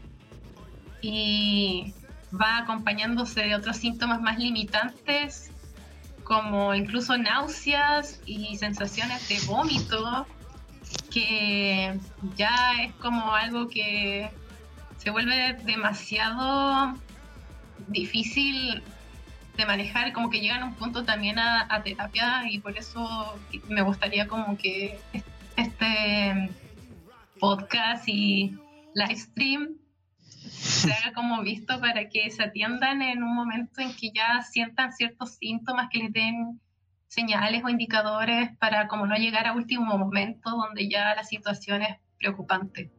y va acompañándose de otros síntomas más limitantes como incluso náuseas y sensaciones de vómito, que ya es como algo que se vuelve demasiado difícil de manejar, como que llegan a un punto también a, a terapia, y por eso me gustaría como que este podcast y live stream se haga como visto para que se atiendan en un momento en que ya sientan ciertos síntomas que les den señales o indicadores para como no llegar a último momento donde ya la situación es preocupante.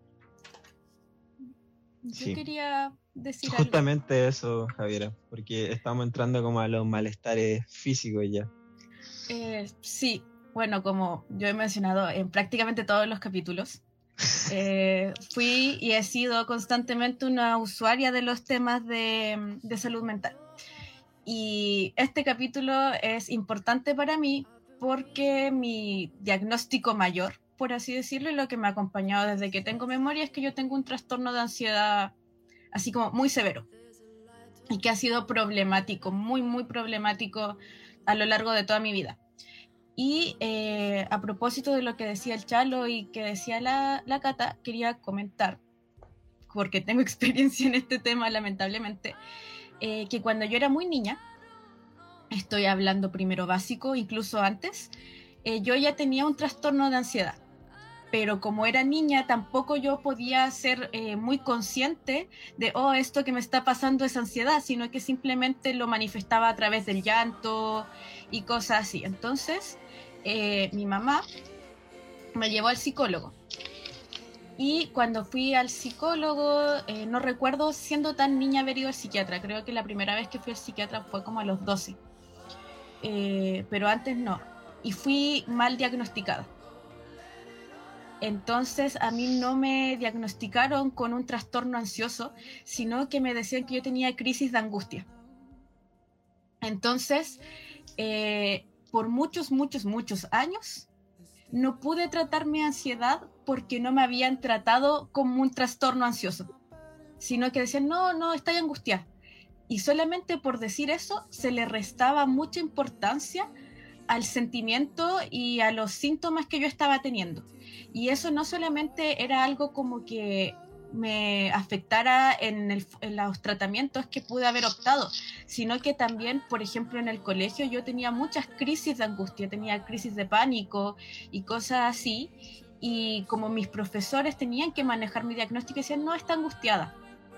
Yo Sí. quería decir Justamente algo. eso, Javiera, porque estamos entrando como a los malestares físicos ya. Eh, sí, bueno, como yo he mencionado en prácticamente todos los capítulos, eh, fui y he sido constantemente una usuaria de los temas de, de salud mental. Y este capítulo es importante para mí porque mi diagnóstico mayor, por así decirlo, y lo que me ha acompañado desde que tengo memoria, es que yo tengo un trastorno de ansiedad así como muy severo y que ha sido problemático, muy, muy problemático a lo largo de toda mi vida. Y eh, a propósito de lo que decía el Chalo y que decía la, la Cata, quería comentar, porque tengo experiencia en este tema lamentablemente, eh, que cuando yo era muy niña, estoy hablando primero básico, incluso antes, eh, yo ya tenía un trastorno de ansiedad. Pero como era niña, tampoco yo podía ser eh, muy consciente de, oh, esto que me está pasando es ansiedad, sino que simplemente lo manifestaba a través del llanto y cosas así. Entonces, eh, mi mamá me llevó al psicólogo. Y cuando fui al psicólogo, eh, no recuerdo siendo tan niña haber ido al psiquiatra. Creo que la primera vez que fui al psiquiatra fue como a los doce. Eh, pero antes no. Y fui mal diagnosticada. Entonces a mí no me diagnosticaron con un trastorno ansioso, sino que me decían que yo tenía crisis de angustia. Entonces, eh, por muchos, muchos, muchos años, no pude tratar mi ansiedad porque no me habían tratado como un trastorno ansioso, sino que decían, no, no, estoy angustiada. Y solamente por decir eso, se le restaba mucha importancia al sentimiento y a los síntomas que yo estaba teniendo. Y eso no solamente era algo como que me afectara en, el, en los tratamientos que pude haber optado, sino que también, por ejemplo, en el colegio yo tenía muchas crisis de angustia, tenía crisis de pánico y cosas así, y como mis profesores tenían que manejar mi diagnóstico, decían, no, está angustiada,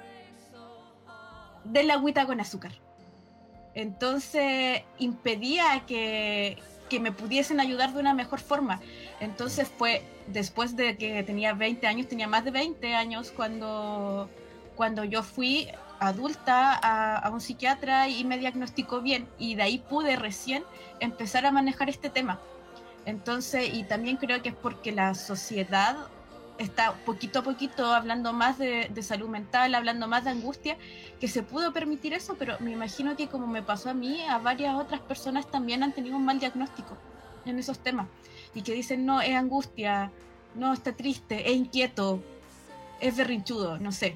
de la agüita con azúcar. Entonces impedía que, que me pudiesen ayudar de una mejor forma. Entonces fue después de que tenía veinte años, tenía más de veinte años cuando, cuando yo fui adulta a, a un psiquiatra y me diagnosticó bien, y de ahí pude recién empezar a manejar este tema. Entonces, y también creo que es porque la sociedad está poquito a poquito hablando más de, de salud mental, hablando más de angustia, que se pudo permitir eso, pero me imagino que como me pasó a mí, a varias otras personas también han tenido un mal diagnóstico en esos temas, y que dicen, no, es angustia, no, está triste, es inquieto, es berrinchudo, no sé.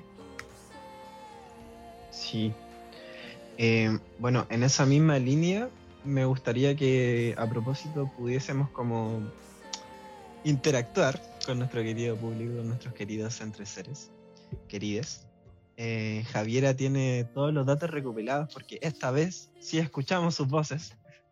Sí. Eh, bueno, en esa misma línea, me gustaría que a propósito pudiésemos como interactuar con nuestro querido público, con nuestros queridos entre seres, querides. Eh, Javiera tiene todos los datos recopilados porque esta vez sí escuchamos sus voces.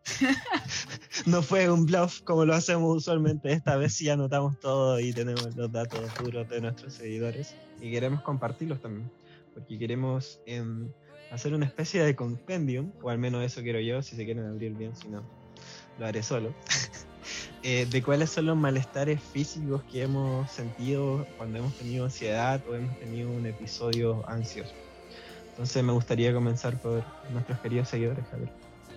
No fue un bluff como lo hacemos usualmente, esta vez sí anotamos todo y tenemos los datos duros de nuestros seguidores y queremos compartirlos también, porque queremos eh, hacer una especie de compendium, o al menos eso quiero yo, si se quieren abrir bien, si no, lo haré solo. Eh, de cuáles son los malestares físicos que hemos sentido cuando hemos tenido ansiedad o hemos tenido un episodio ansioso. Entonces me gustaría comenzar por nuestros queridos seguidores, Javier.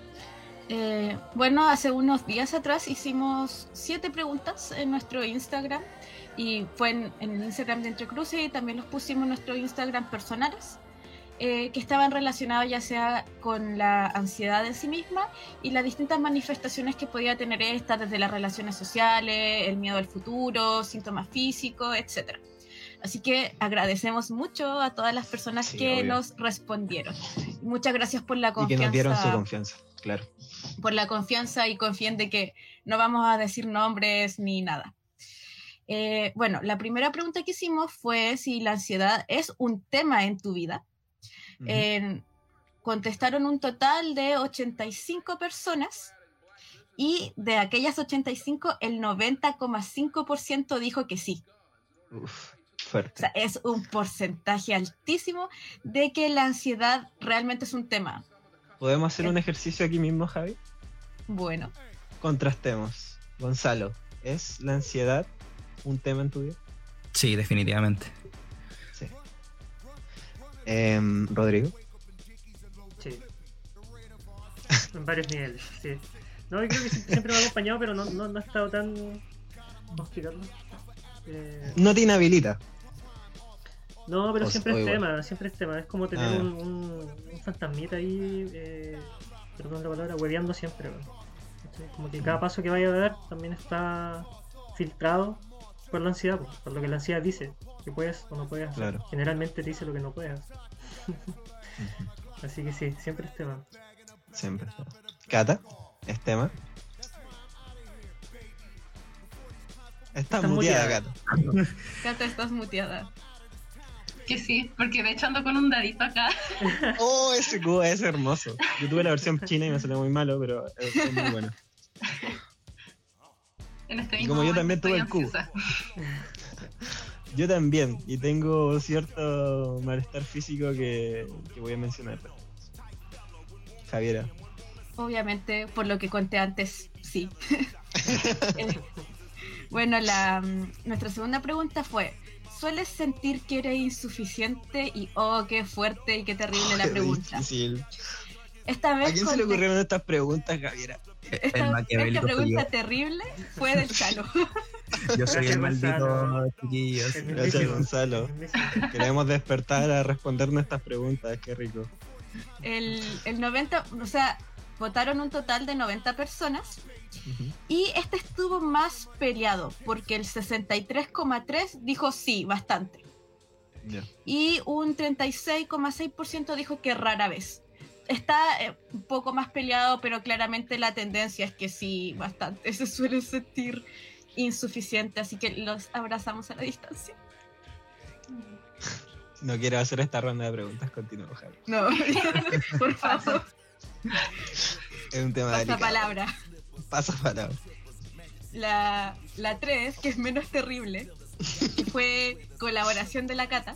Eh, bueno, hace unos días atrás hicimos siete preguntas en nuestro Instagram, y fue en, en el Instagram de Entre Cruces, y también los pusimos en nuestros Instagram personales, eh, que estaban relacionados ya sea con la ansiedad en sí misma y las distintas manifestaciones que podía tener esta, desde las relaciones sociales, el miedo al futuro, síntomas físicos, etcétera. Así que agradecemos mucho a todas las personas sí, que obvio. nos respondieron. Muchas gracias por la confianza. Y que nos dieron su confianza, claro. Por la confianza, y confíen de que no vamos a decir nombres ni nada. Eh, bueno, la primera pregunta que hicimos fue si la ansiedad es un tema en tu vida. Uh-huh. Eh, contestaron un total de ochenta y cinco personas, y de aquellas ochenta y cinco, el noventa coma cinco por ciento dijo que sí. Uf, fuerte. O sea, es un porcentaje altísimo de que la ansiedad realmente es un tema. ¿Podemos hacer un ejercicio aquí mismo, Javi? Bueno. Contrastemos. Gonzalo, ¿es la ansiedad un tema en tu vida? Sí, definitivamente. Sí. Eh, ¿Rodrigo? Sí. En varios niveles, sí. No, yo creo que siempre me ha acompañado, pero no, no, no ha estado tan... ¿Cómo explicarlo? Eh... No te inhabilita. No, pero o, siempre o es igual. tema, siempre es tema. Es como tener ah. un, un, un fantasmita ahí, eh, perdón la palabra, hueveando siempre. ¿Sí? Como que cada paso que vaya a dar también está filtrado por la ansiedad, pues, por lo que la ansiedad dice, que puedes o no puedes hacer. Claro. Generalmente te dice lo que no puedes hacer. Uh-huh. Así que sí, siempre es tema. Siempre. Cata, ¿es tema? Estás muteada, Cata. Cata, estás muteada. Que sí, porque de hecho ando con un dadito acá. Oh, ese cubo es hermoso. Yo tuve la versión china y me salió muy malo, pero es, es muy bueno. En este y como yo también tuve el cubo. Yo también, y tengo cierto malestar físico que, que voy a mencionar. Javiera. Obviamente, por lo que conté antes, sí. eh, bueno, la, nuestra segunda pregunta fue: ¿sueles sentir que eres insuficiente? Y oh, qué fuerte y qué terrible oh, la pregunta. Difícil. Esta vez ¿A quién se le ocurrieron estas preguntas, Javiera? Esta, esta pregunta terrible fue del Chalo. Yo soy el maldito chiquillo. Gracias, Gonzalo. Queremos despertar a respondernos estas preguntas, qué rico. El, el noventa, o sea, votaron un total de noventa personas. Uh-huh. Y este estuvo más peleado porque el sesenta y tres coma tres por ciento dijo sí, bastante. Yeah. Y un treinta y seis coma seis por ciento dijo que rara vez. Está eh, un poco más peleado, pero claramente la tendencia es que sí, bastante se suele sentir insuficiente, así que los abrazamos a la distancia. No quiero hacer esta ronda de preguntas, continúo, Javi. No, por favor, Es un tema pasa delicado. palabra. Pasa palabra. La, la tres, que es menos terrible, que fue colaboración de la Cata.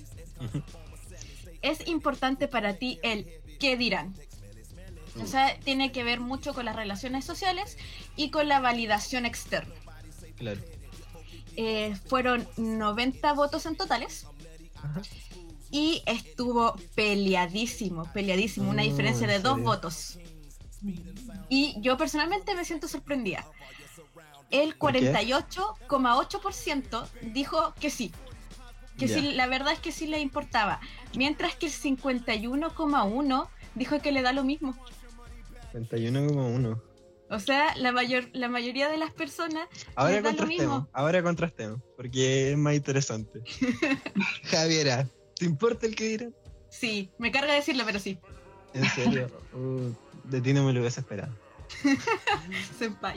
Es importante para ti el ¿qué dirán? O sea, tiene que ver mucho con las relaciones sociales y con la validación externa. Claro. Eh, fueron noventa votos en totales. Ajá. Y estuvo peleadísimo, peleadísimo, una Oh, diferencia de ¿en dos serio? votos. Y yo personalmente me siento sorprendida. El ¿Por qué? cuarenta y ocho coma ocho por ciento dijo que sí. Que Ya. sí, la verdad es que sí le importaba. Mientras que el cincuenta y uno coma uno dijo que le da lo mismo. treinta y uno coma uno. O sea, la mayor, la mayoría de las personas Ahora les da lo contrastemos, mismo. ahora contrastemos, porque es más interesante. Javiera, ¿te importa el que dirán? Sí, me carga decirlo, pero sí. En serio, uh, de ti no me lo hubiese esperado. Senpai.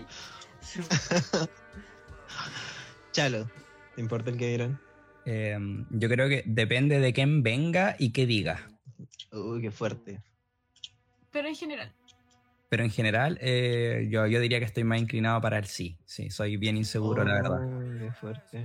Chalo, ¿te importa el que dirán? Eh, yo creo que depende de quién venga y qué diga. Uy, qué fuerte. Pero en general. Pero en general, eh, yo, yo diría que estoy más inclinado para el sí. Sí, soy bien inseguro, la verdad. Uy, qué fuerte.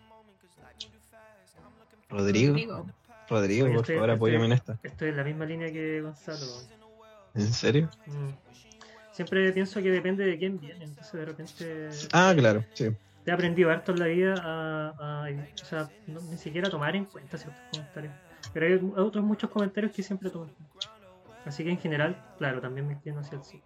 Rodrigo, Rodrigo. Rodrigo, Oye, por estoy- favor, estoy- apóyame en esta. Estoy en la misma línea que Gonzalo. ¿En serio? Mm. Siempre pienso que depende de quién viene, entonces de repente Ah, claro, sí. he aprendido harto en la vida a, a- o sea, no- ni siquiera tomar en cuenta ciertos comentarios. Pero hay otros muchos comentarios que siempre tomo en cuenta. Así que en general, claro, también me inclino hacia el sí.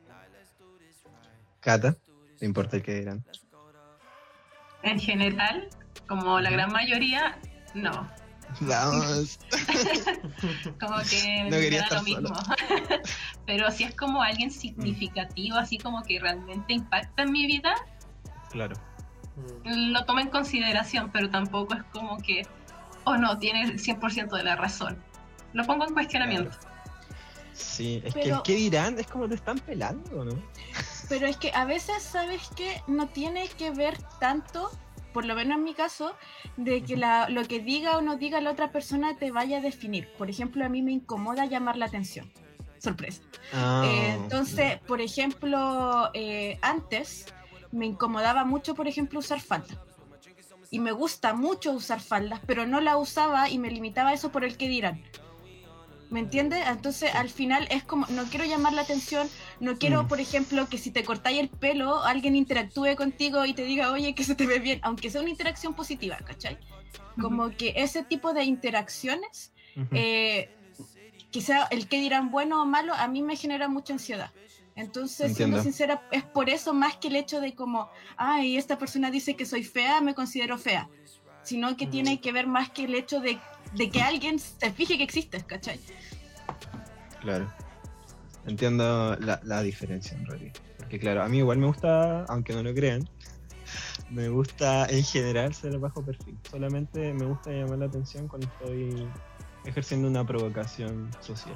Cata, ¿te importa el que dirán? En general, como la gran mayoría, no. Vamos. Como que No me quería da estar lo mismo. Pero si es como alguien significativo, así como que realmente impacta en mi vida, Claro. Mm. lo tomo en consideración, pero tampoco es como que, oh no, tiene el cien por ciento de la razón. Lo pongo en cuestionamiento. Sí, es que Pero- el que dirán es como te están pelando, ¿no? Pero es que a veces, ¿sabes qué? No tiene que ver tanto, por lo menos en mi caso, de que la, lo que diga o no diga la otra persona te vaya a definir. Por ejemplo, a mí me incomoda llamar la atención. Sorpresa. Ah, Eh, entonces, por ejemplo, eh, antes me incomodaba mucho, por ejemplo, usar falda. Y me gusta mucho usar faldas, pero no la usaba y me limitaba a eso por el que dirán. ¿Me entiendes? Entonces, al final es como, no quiero llamar la atención, no quiero, Mm. por ejemplo, que si te cortáis el pelo, alguien interactúe contigo y te diga, oye, que se te ve bien, aunque sea una interacción positiva, ¿cachai? Como que ese tipo de interacciones, Ujú. eh, quizá el que dirán bueno o malo, a mí me genera mucha ansiedad. Entonces, Entiendo. siendo sincera, es por eso más que el hecho de como, ay, esta persona dice que soy fea, me considero fea. Sino que Mm. tiene que ver más que el hecho de, de que alguien se fije que existes, ¿cachai? Claro. Entiendo la, la diferencia en realidad. Porque claro, a mí igual me gusta, aunque no lo crean, me gusta en general ser bajo perfil. Solamente me gusta llamar la atención cuando estoy ejerciendo una provocación social.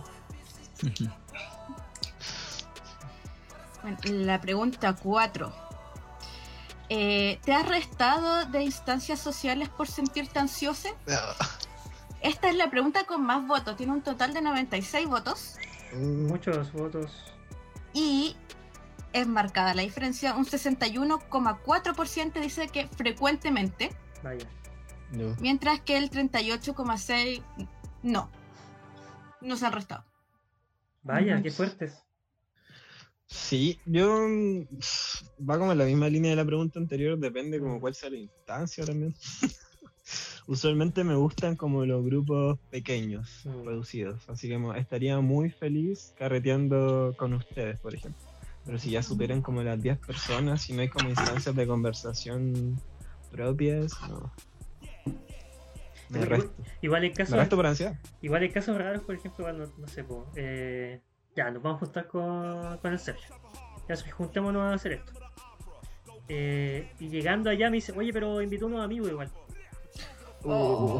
Bueno, la pregunta cuatro. Eh, ¿Te has restado de instancias sociales por sentirte ansiosa? Esta es la pregunta con más votos. Tiene un total de noventa y seis votos. Mm, Muchos votos. Y es marcada la diferencia. Un sesenta y uno coma cuatro por ciento dice que frecuentemente, Vaya. no. mientras que el treinta y ocho coma seis por ciento no. No se han restado. Vaya, Ujú. qué fuertes. Sí, yo mm, va como en la misma línea de la pregunta anterior, depende como cuál sea la instancia también. Usualmente me gustan como los grupos pequeños, Mm. reducidos, así que mo- estaría muy feliz carreteando con ustedes, por ejemplo. Pero si ya superan como las diez personas y no hay como instancias de conversación propias, no. Me Igual- resto. Igual hay Me casos, resto por ansiedad. igual hay casos raros, por ejemplo, cuando, no sé, po, eh, ya, nos vamos a juntar con, con el Sergio. Ya, Sergio, juntémonos a hacer esto. Eh, y llegando allá me dice, oye, pero invitó a unos amigos igual. Uh,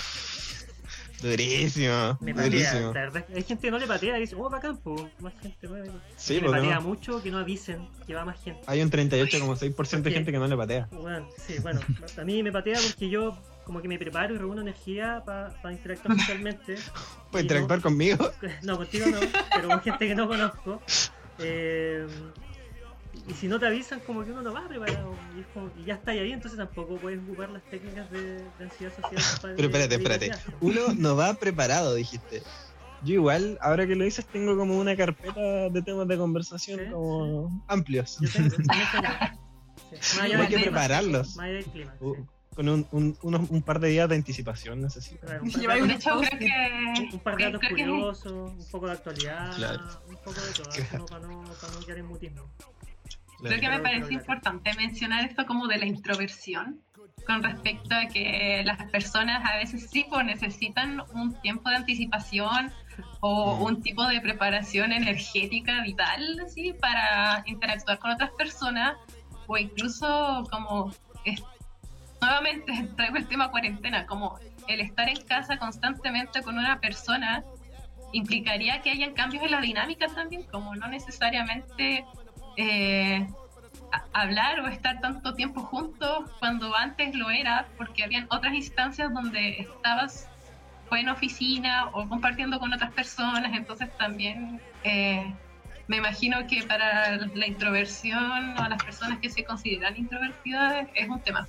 durísimo, Me patea, durísimo. la verdad, hay gente que no le patea y dice, oh, bacán, pues, más gente nueva. Sí, le porque patea no. mucho que no avisen que va más gente. Hay un treinta y ocho coma seis por ciento de Porque- gente que no le patea. Bueno, sí, bueno, a mí me patea porque yo como que me preparo y reúno energía para pa interactuar socialmente. ¿Puedes Y interactuar no- conmigo? No, contigo no, pero con gente que no conozco. Eh, y si no te avisan, como que uno no va preparado. Y, es como- y ya está ahí, entonces tampoco puedes ocupar las técnicas de, de ansiedad social. para- Pero espérate, de espérate. identidad. Uno no va preparado, dijiste. Yo igual, ahora que lo dices, tengo como una carpeta de temas de conversación Sí, como amplios. Yo tengo, en eso yo. Sí. Más allá Hay del que clima, prepararlos. Más allá del clima. Uh, Sí. Con un, un, unos- un par de días de anticipación necesito. Claro, un Y par de llevar datos- De hecho, creo que. un par de creo datos que- curiosos, un poco de actualidad, Claro. un poco de todo, Claro. como para, no, para no quedar en mutismo. Creo que me Claro, parece claro. importante mencionar esto como de la introversión, con respecto a que las personas a veces sí pues, necesitan un tiempo de anticipación o Mm. un tipo de preparación energética vital ¿sí? para interactuar con otras personas o incluso como es- nuevamente traigo el tema cuarentena, como el estar en casa constantemente con una persona implicaría que hayan cambios en la dinámica también, como no necesariamente eh, a- hablar o estar tanto tiempo juntos cuando antes lo era, porque habían otras instancias donde estabas o en oficina o compartiendo con otras personas, entonces también eh, me imagino que para la introversión o a las personas que se consideran introvertidas es un tema.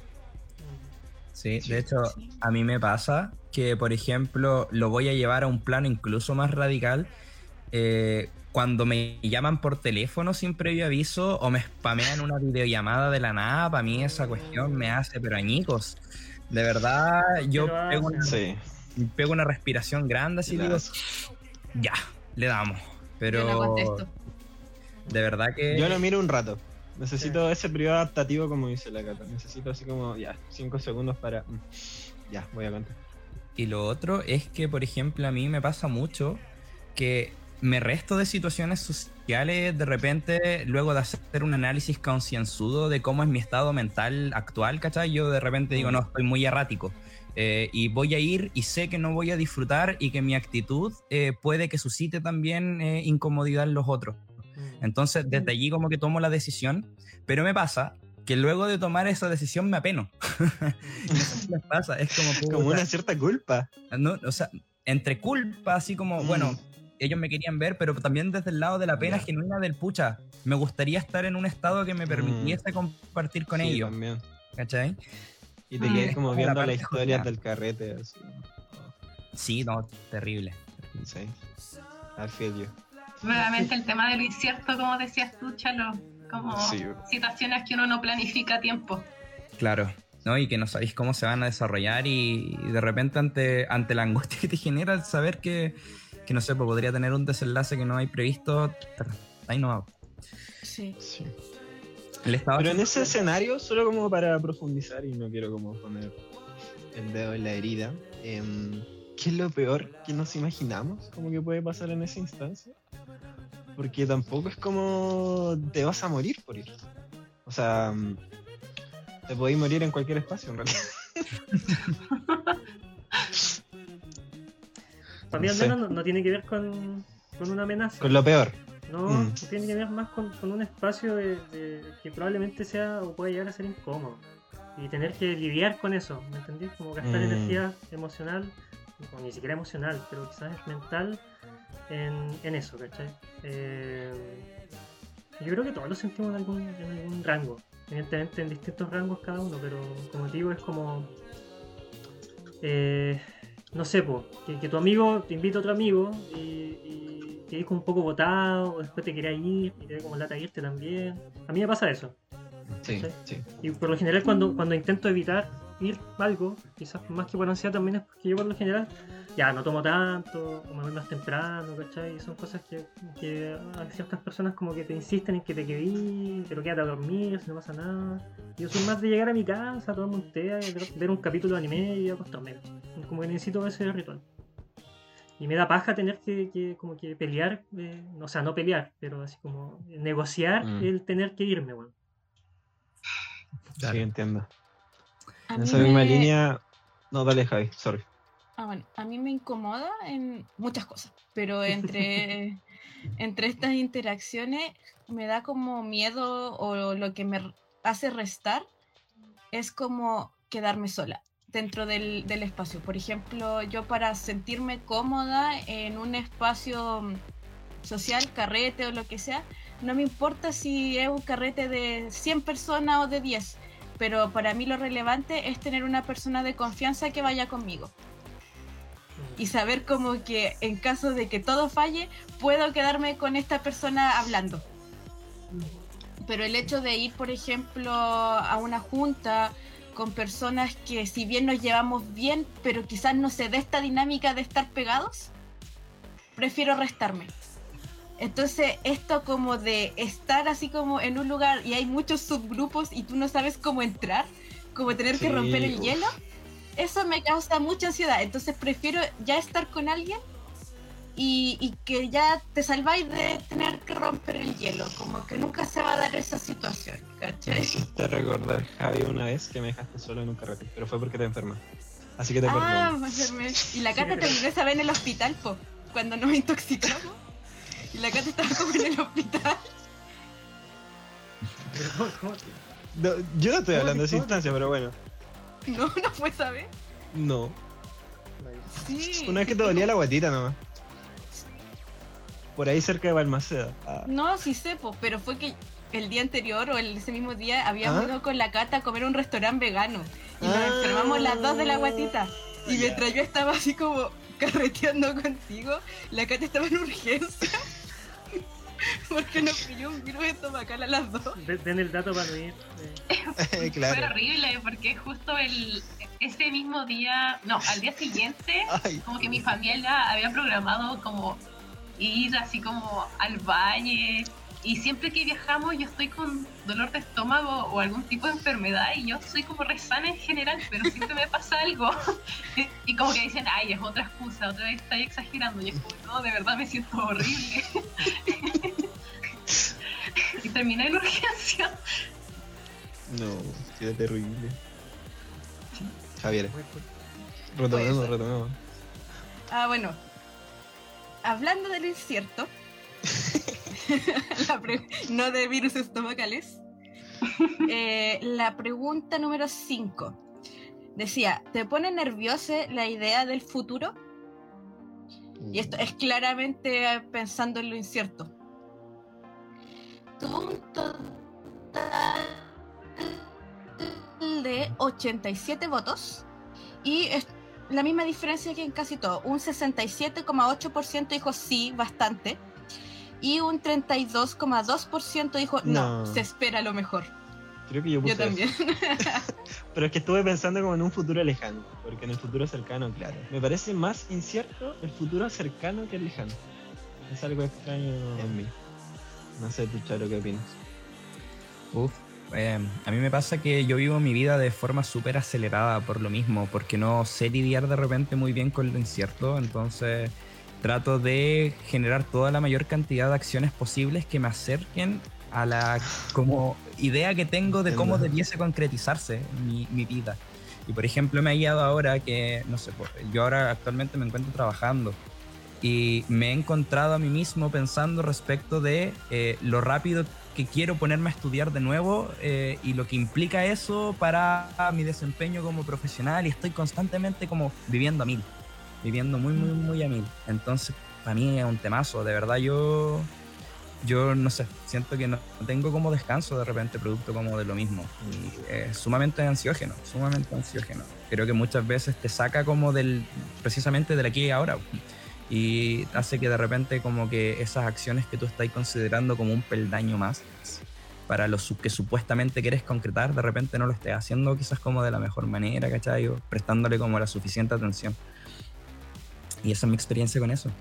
Sí, Sí. de hecho, Sí. a mí me pasa que, por ejemplo, lo voy a llevar a un plano incluso más radical. eh, cuando me llaman por teléfono sin previo aviso o me spamean una videollamada de la nada, para mí esa cuestión me hace pero añicos. De verdad, yo Pero pego una, Sí. pego una respiración grande así y digo, ya, le damos. Pero Yo no contesto. de verdad que... Yo lo miro un rato. Necesito ese periodo adaptativo como dice la Cata. Necesito así como, ya, cinco segundos para... mm, Ya, voy a contar. Y lo otro es que, por ejemplo, a mí me pasa mucho que me resto de situaciones sociales de repente, luego de hacer un análisis concienzudo de cómo es mi estado mental actual, ¿cachai? Yo de repente digo, Mm. no, estoy muy errático. eh, y voy a ir y sé que no voy a disfrutar y que mi actitud eh, puede que suscite también eh, incomodidad en los otros. Entonces, desde allí como que tomo la decisión, pero me pasa que luego de tomar esa decisión me apeno. Eso me pasa, es como... Como puta, una cierta culpa. no, o sea, entre culpa, así como, Mm. bueno, ellos me querían ver, pero también desde el lado de la pena Ya. genuina del pucha. Me gustaría estar en un estado que me permitiese compartir con Sí, ellos, también. ¿cachai? Y te Mm. quedas como Como la viendo parte las historias jodida. del carrete. Así. Sí, no, terrible. Sí. I feel you. Nuevamente el tema de lo incierto, como decías tú, Chalo, como Sí. situaciones que uno no planifica a tiempo. Claro, ¿no? Y que no sabéis cómo se van a desarrollar y, y de repente ante, ante la angustia que te genera el saber que, que no sé, pues podría tener un desenlace que no hay previsto, ahí no va. Sí. Sí. El estado Pero en ese escenario, solo como para profundizar, y no quiero como poner el dedo en la herida, em, ¿qué es lo peor que nos imaginamos como que puede pasar en esa instancia? Porque tampoco es como te vas a morir por ir. O sea, mm, te podéis morir en cualquier espacio en realidad. Para mí al No sé. menos no, no tiene que ver con, con una amenaza. Con lo peor. No, Mm. tiene que ver más con, con un espacio de, de- que probablemente sea o pueda llegar a ser incómodo. Y tener que lidiar con eso, ¿me entendí? Como gastar Mm. energía emocional, o ni siquiera emocional, pero quizás es mental en, en eso, ¿cachai? Eh, yo creo que todos lo sentimos en algún, en algún rango. Evidentemente en distintos rangos cada uno, pero como te digo, es como... eh, no sé, po, que, que tu amigo te invita a otro amigo y, y te como un poco botado, o después te quería ir y te da como lata irte también. A mí me pasa eso. Sí, ¿Cachai? sí. Y por lo general cuando, cuando intento evitar ir a algo, quizás más que por ansiedad también es porque yo por lo general ya no tomo tanto, o me voy más temprano, ¿cachai? Y son cosas que, que hay ciertas personas como que te insisten en que te quedes, pero quédate a dormir, si no pasa nada. Yo soy más de llegar a mi casa, tomarme un té, ver, ver un capítulo de anime y acostarme. Como que necesito ese ritual. Y me da paja tener que, que como que pelear, eh, o sea, no pelear, pero así como negociar Mm. el tener que irme, bueno. Claro. Sí, entiendo. A En mí esa misma me- línea. No, dale, Javi, sorry. Ah, bueno, a mí me incomoda en muchas cosas, pero entre, entre estas interacciones me da como miedo o lo que me hace restar es como quedarme sola. dentro del, del espacio. Por ejemplo, yo para sentirme cómoda en un espacio social, carrete o lo que sea, no me importa si es un carrete de cien personas o de diez, pero para mí lo relevante es tener una persona de confianza que vaya conmigo. Y saber como que en caso de que todo falle, puedo quedarme con esta persona hablando. Pero el hecho de ir, por ejemplo, a una junta con personas que si bien nos llevamos bien, pero quizás no se dé esta dinámica de estar pegados, prefiero restarme. Entonces esto como de estar así como en un lugar y hay muchos subgrupos y tú no sabes cómo entrar, como tener Sí, que romper el uf. hielo, eso me causa mucha ansiedad. Entonces prefiero ya estar con alguien y, y que ya te salváis de tener que romper el hielo, como que nunca se va a dar esa situación, Me ¿cachai? hiciste recordar, Javi, una vez que me dejaste solo en un carrete, pero fue porque te enfermas. Así que te Ah, perdono. me enfermé. Y la Cata terminó esa vez en el hospital, po, cuando nos intoxicamos. Y la Cata estaba como en el hospital. Pero ¿cómo, cómo? No, yo no estoy ¿Cómo hablando de esa te- instancia, pero bueno. No, no fue esa vez. No. Sí. Una vez que te dolía la guatita nomás. Por ahí cerca de Balmaceda. Ah. No, sí sé, po, pero fue que el día anterior o el, ese mismo día habíamos ¿Ah? ido con la Cata a comer a un restaurante vegano. Y nos Ah. enfermamos las dos de la guatita. Y Ya. mientras yo estaba así como carreteando contigo, la Cata estaba en urgencia. Porque nos pilló un virus estomacal a las dos. De- Den el dato para no ir. eh. Fue Claro. horrible porque justo el ese mismo día, no, al día siguiente, Ay. como que mi familia había programado como ir así como al valle, y siempre que viajamos yo estoy con dolor de estómago o algún tipo de enfermedad y yo soy como re sana en general, pero siempre me pasa algo y como que dicen, ay, es otra excusa, otra vez estáis exagerando, y es como, no, de verdad me siento horrible. Y terminé en urgencia. No, sí, es terrible. Javier, Muy fuerte. retomemos, Puede ser. retomemos. Ah, bueno. Hablando del incierto, la pre- no de virus estomacales, eh, la pregunta número cinco decía, ¿te pone nerviosa la idea del futuro? Y esto es claramente eh, pensando en lo incierto. Tuvo un total de ochenta y siete votos y es la misma diferencia que en casi todo. Un sesenta y siete coma ocho por ciento dijo sí, bastante, y un treinta y dos coma dos por ciento dijo no, No. se espera lo mejor. Creo que yo puse Yo también. eso. Pero es que estuve pensando como en un futuro lejano, porque en el futuro cercano, claro. Me parece más incierto el futuro cercano que el lejano. Es algo extraño en mí. No sé, tú, Charo, ¿qué opinas? Uf, eh, a mí me pasa que yo vivo mi vida de forma súper acelerada por lo mismo, porque no sé lidiar de repente muy bien con lo incierto, entonces trato de generar toda la mayor cantidad de acciones posibles que me acerquen a la como idea que tengo de cómo Entiendo. debiese concretizarse mi, mi vida. Y por ejemplo me ha guiado ahora que, no sé, pues, yo ahora actualmente me encuentro trabajando y me he encontrado a mí mismo pensando respecto de eh, lo rápido que quiero ponerme a estudiar de nuevo eh, y lo que implica eso para mi desempeño como profesional, y estoy constantemente como viviendo a mil, viviendo muy, muy, muy a mil. Entonces, para mí es un temazo, de verdad yo, yo no sé, siento que no tengo como descanso de repente producto como de lo mismo. Y es sumamente ansiógeno, sumamente ansiógeno. Creo que muchas veces te saca como del, precisamente del aquí y ahora. Y hace que de repente como que esas acciones que tú estás considerando como un peldaño más para lo su- que supuestamente quieres concretar, de repente no lo estés haciendo quizás como de la mejor manera, ¿cachai? O prestándole como la suficiente atención. Y esa es mi experiencia con eso.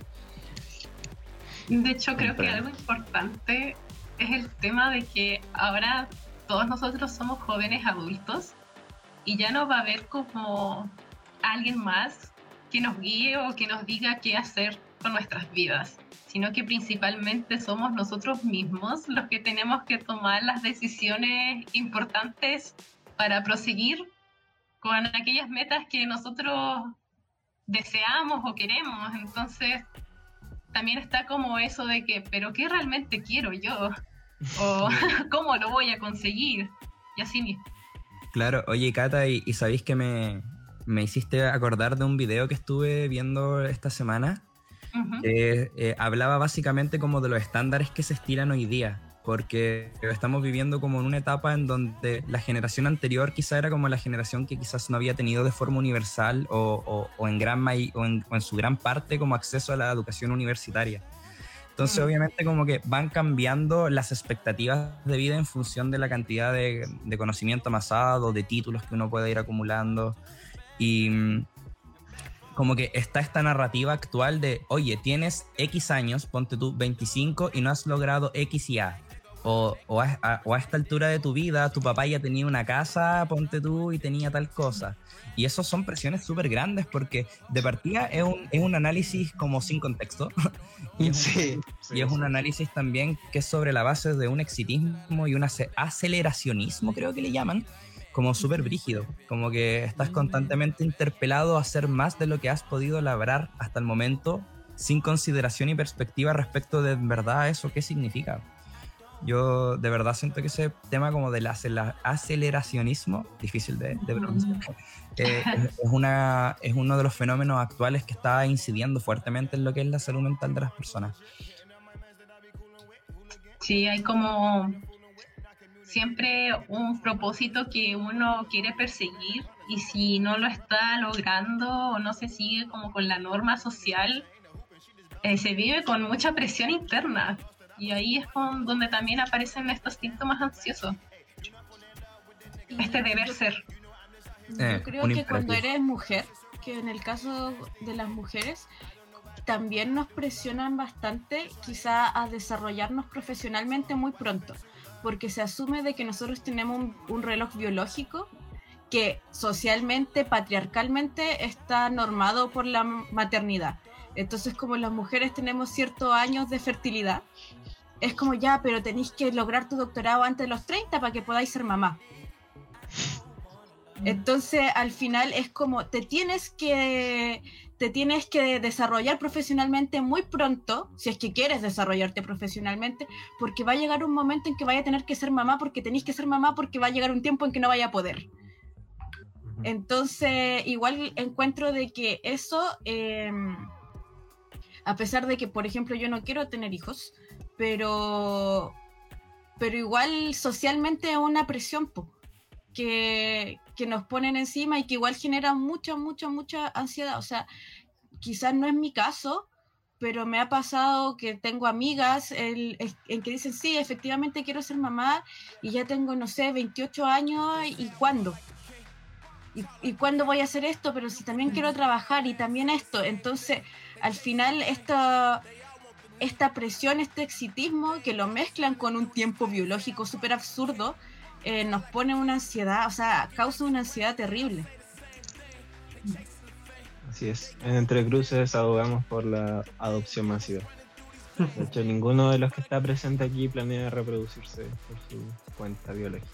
De hecho, creo que Comprendo. algo importante es el tema de que ahora todos nosotros somos jóvenes adultos y ya no va a haber como alguien más que nos guíe o que nos diga qué hacer con nuestras vidas, sino que principalmente somos nosotros mismos los que tenemos que tomar las decisiones importantes para proseguir con aquellas metas que nosotros deseamos o queremos. Entonces también está como eso de que, pero ¿qué realmente quiero yo? O ¿cómo lo voy a conseguir? Y así mismo. Claro, oye Cata, y, y sabéis que me, me hiciste acordar de un video que estuve viendo esta semana, uh-huh. que eh, hablaba básicamente como de los estándares que se estilan hoy día, porque estamos viviendo como en una etapa en donde la generación anterior quizá era como la generación que quizás no había tenido de forma universal o, o, o, en, gran ma- o, en, o en su gran parte como acceso a la educación universitaria. Entonces, uh-huh. obviamente, como que van cambiando las expectativas de vida en función de la cantidad de, de conocimiento amasado, de títulos que uno puede ir acumulando. Y como que está esta narrativa actual de, oye, tienes X años, ponte tú veinticinco y no has logrado X y A. O, o, a, a, o a esta altura de tu vida, tu papá ya tenía una casa, ponte tú, y tenía tal cosa. Y eso son presiones súper grandes porque de partida es un, es un análisis como sin contexto. y es, sí, un, sí, y es sí. un análisis también que es sobre la base de un exitismo y un aceleracionismo, creo que le llaman, como súper brígido. Como que estás constantemente interpelado a hacer más de lo que has podido lograr hasta el momento sin consideración y perspectiva respecto de en verdad eso qué significa. Yo de verdad siento que ese tema como del aceleracionismo, difícil de, de pronunciar, eh, es, es, una, es uno de los fenómenos actuales que está incidiendo fuertemente en lo que es la salud mental de las personas. Sí, hay como siempre un propósito que uno quiere perseguir y si no lo está logrando o no se sigue como con la norma social, eh, se vive con mucha presión interna. Y ahí es con donde también aparecen estos síntomas ansiosos. Este deber ser. Yo eh, creo que cuando eres mujer, que en el caso de las mujeres, también nos presionan bastante quizá a desarrollarnos profesionalmente muy pronto, porque se asume de que nosotros tenemos un, un reloj biológico que socialmente, patriarcalmente está normado por la maternidad. Entonces, como las mujeres tenemos ciertos años de fertilidad, es como ya, pero tenéis que lograr tu doctorado antes de los treinta para que podáis ser mamá. Entonces, al final es como te tienes que te tienes que desarrollar profesionalmente muy pronto, si es que quieres desarrollarte profesionalmente, porque va a llegar un momento en que vaya a tener que ser mamá, porque tenéis que ser mamá, porque va a llegar un tiempo en que no vaya a poder. Entonces, igual encuentro de que eso, eh, a pesar de que, por ejemplo, yo no quiero tener hijos, pero pero igual socialmente es una presión po, que, que nos ponen encima y que igual genera mucha, mucha, mucha ansiedad. O sea, quizás no es mi caso, pero me ha pasado que tengo amigas el, el, en que dicen, sí, efectivamente quiero ser mamá y ya tengo, no sé, veintiocho años, ¿y cuándo? ¿Y, y cuándo voy a hacer esto? Pero si también quiero trabajar y también esto. Entonces, al final, esto... esta presión, este exitismo que lo mezclan con un tiempo biológico súper absurdo, eh, nos pone una ansiedad, o sea, causa una ansiedad terrible. Así es, en Entre Cruces abogamos por la adopción masiva. De hecho, ninguno de los que está presente aquí planea reproducirse por su cuenta biológica.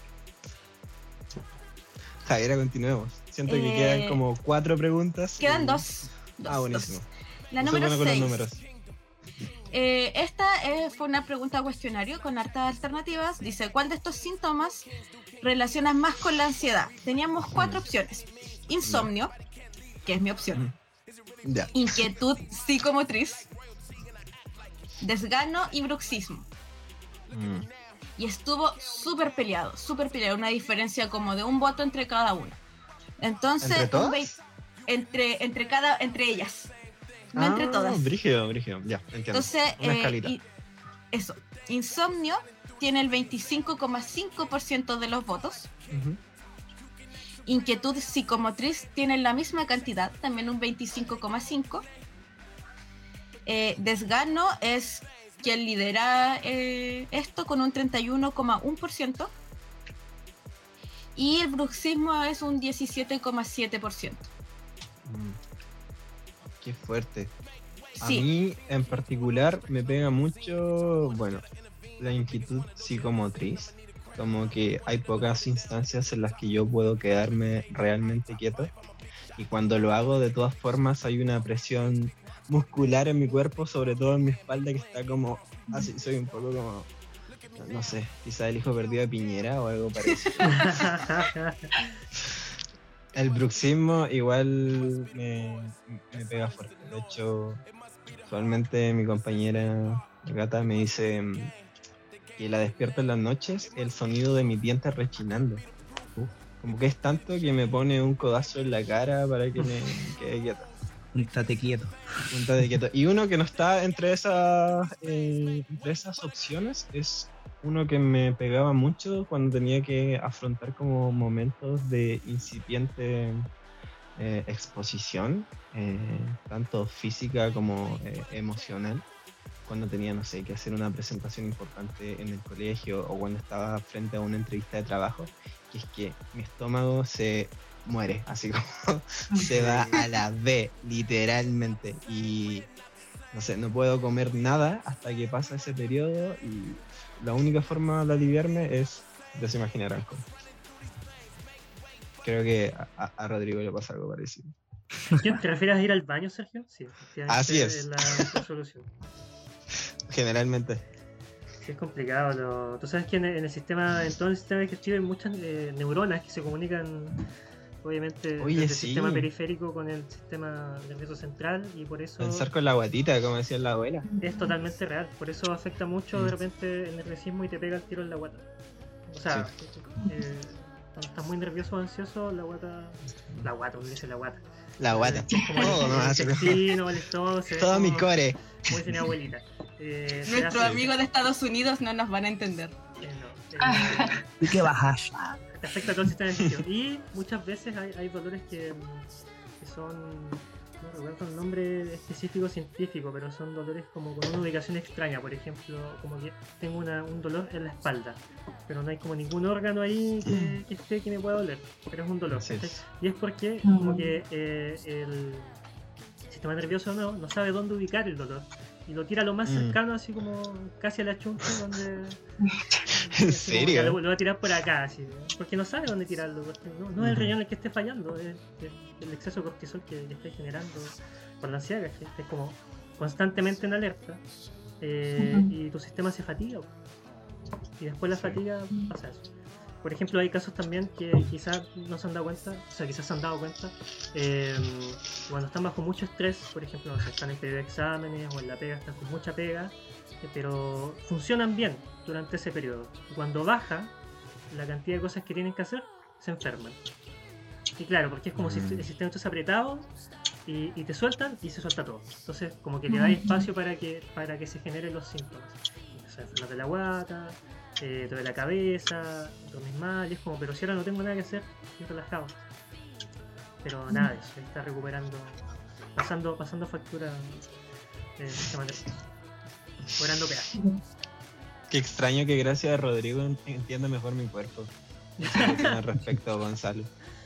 Javiera, continuemos. Siento eh, que quedan como cuatro preguntas. Quedan y... dos, dos. Ah, buenísimo. Dos. La número seis. Con los números. Eh, esta eh, fue una pregunta cuestionario con hartas alternativas. Dice, ¿cuál de estos síntomas relacionas más con la ansiedad? Teníamos cuatro mm. opciones. Insomnio, mm. que es mi opción. Mm. Yeah. Inquietud psicomotriz, desgano y bruxismo. Mm. Y estuvo súper peleado, súper peleado. Una diferencia como de un voto entre cada uno. Entonces, ¿Entre todas? Ve- entre, entre, cada, entre ellas. No ah, entre todas. Brígido, brígido, ya, entiendo. Entonces, Una eh, escalita. y, eso. Insomnio tiene el veinticinco coma cinco por ciento de los votos. Uh-huh. Inquietud psicomotriz tiene la misma cantidad, también un veinticinco coma cinco por ciento. Eh, desgano es quien lidera eh, esto con un treinta y uno coma uno por ciento. Y el bruxismo es un diecisiete coma siete por ciento. Mm. Qué fuerte. A sí. mí en particular me pega mucho, bueno, la inquietud psicomotriz. Como que hay pocas instancias en las que yo puedo quedarme realmente quieto. Y cuando lo hago, de todas formas, hay una presión muscular en mi cuerpo, sobre todo en mi espalda, que está como así. Soy un poco como, no sé, quizá el hijo perdido de Piñera o algo parecido. El bruxismo igual me, me pega fuerte. De hecho, actualmente mi compañera Gata me dice mm, que la despierto en las noches el sonido de mis dientes rechinando. Uh. Como que es tanto que me pone un codazo en la cara para que me quede quieto. Un tate quieto. Un tate quieto. Y uno que no está entre esas, eh, entre esas opciones es uno que me pegaba mucho cuando tenía que afrontar como momentos de incipiente eh, exposición, eh, tanto física como eh, emocional, cuando tenía, no sé, que hacer una presentación importante en el colegio o cuando estaba frente a una entrevista de trabajo, que es que mi estómago se muere, así como se va a la B, literalmente, y no sé, no puedo comer nada hasta que pasa ese periodo y la única forma de aliviarme es, ya se imaginarán cómo. Creo que a, a Rodrigo le pasa algo parecido. ¿Quién te refieres a ir al baño, Sergio? Sí, así es. es la, la solución. Generalmente. Sí, es complicado. Lo... Tú sabes que en el, en el sistema, en todo el sistema digestivo hay muchas eh, neuronas que se comunican, obviamente, Oye, desde el sí. sistema periférico con el sistema nervioso central, y por eso Pensar con la guatita, como decía la abuela. es totalmente real. Por eso afecta mucho Mm. de repente el nerviosismo y te pega el tiro en la guata. O sea, Sí. eh, cuando estás muy nervioso o ansioso, la guata. La guata, uno dice la guata. La guata. Es como Todo, el, ¿no? el Así como- intestino, el estómago, se ve todo mi como- core. Como dice mi abuelita. Eh, se Nuestros hace- amigos de Estados Unidos no nos van a entender. eh, no, eh, ¿Y qué bajas? te afecta a todo el sistema digestivo. Y muchas veces hay, hay dolores que, que son, no recuerdo el nombre específico científico, pero son dolores como con una ubicación extraña. Por ejemplo, como que tengo una, un dolor en la espalda, pero no hay como ningún órgano ahí que, que esté que me pueda doler, pero es un dolor. Así es. ¿cachai? Y es porque como que eh, el sistema nervioso no, no sabe dónde ubicar el dolor. Y lo tira lo más Mm. cercano, así como casi a la chunta, donde... ¿En así como serio? que Lo, lo va a tirar por acá, así, porque no sabe dónde tirarlo. porque No, no es el Ujú. riñón el que esté fallando, es, es el exceso de cortisol que, que esté generando por la ansiedad, que estés como constantemente en alerta, eh, Ujú. y tu sistema se fatiga. Y después la Sí. fatiga pasa eso. Por ejemplo, hay casos también que quizás no se han dado cuenta, o sea, quizás se han dado cuenta, eh, cuando están bajo mucho estrés, por ejemplo, no sé, están en periodo de exámenes o en la pega, están con mucha pega, eh, pero funcionan bien durante ese periodo. Y cuando baja la cantidad de cosas que tienen que hacer, se enferman. Y claro, porque es como si Mm. el sistema está apretado y, y te sueltan y se suelta todo. Entonces, como que le da espacio para que, para que se generen los síntomas. O sea, enfermas de la guata, eh, te duele la cabeza, dormís mal, y es como, pero si ahora no tengo nada que hacer, estoy relajado. Pero nada de eso, ahí está recuperando, pasando, pasando factura eh, el sistema nervioso, cobrando peaje. Qué extraño que gracias a Rodrigo en- entienda mejor mi cuerpo. Eso es lo que me respecto a Gonzalo.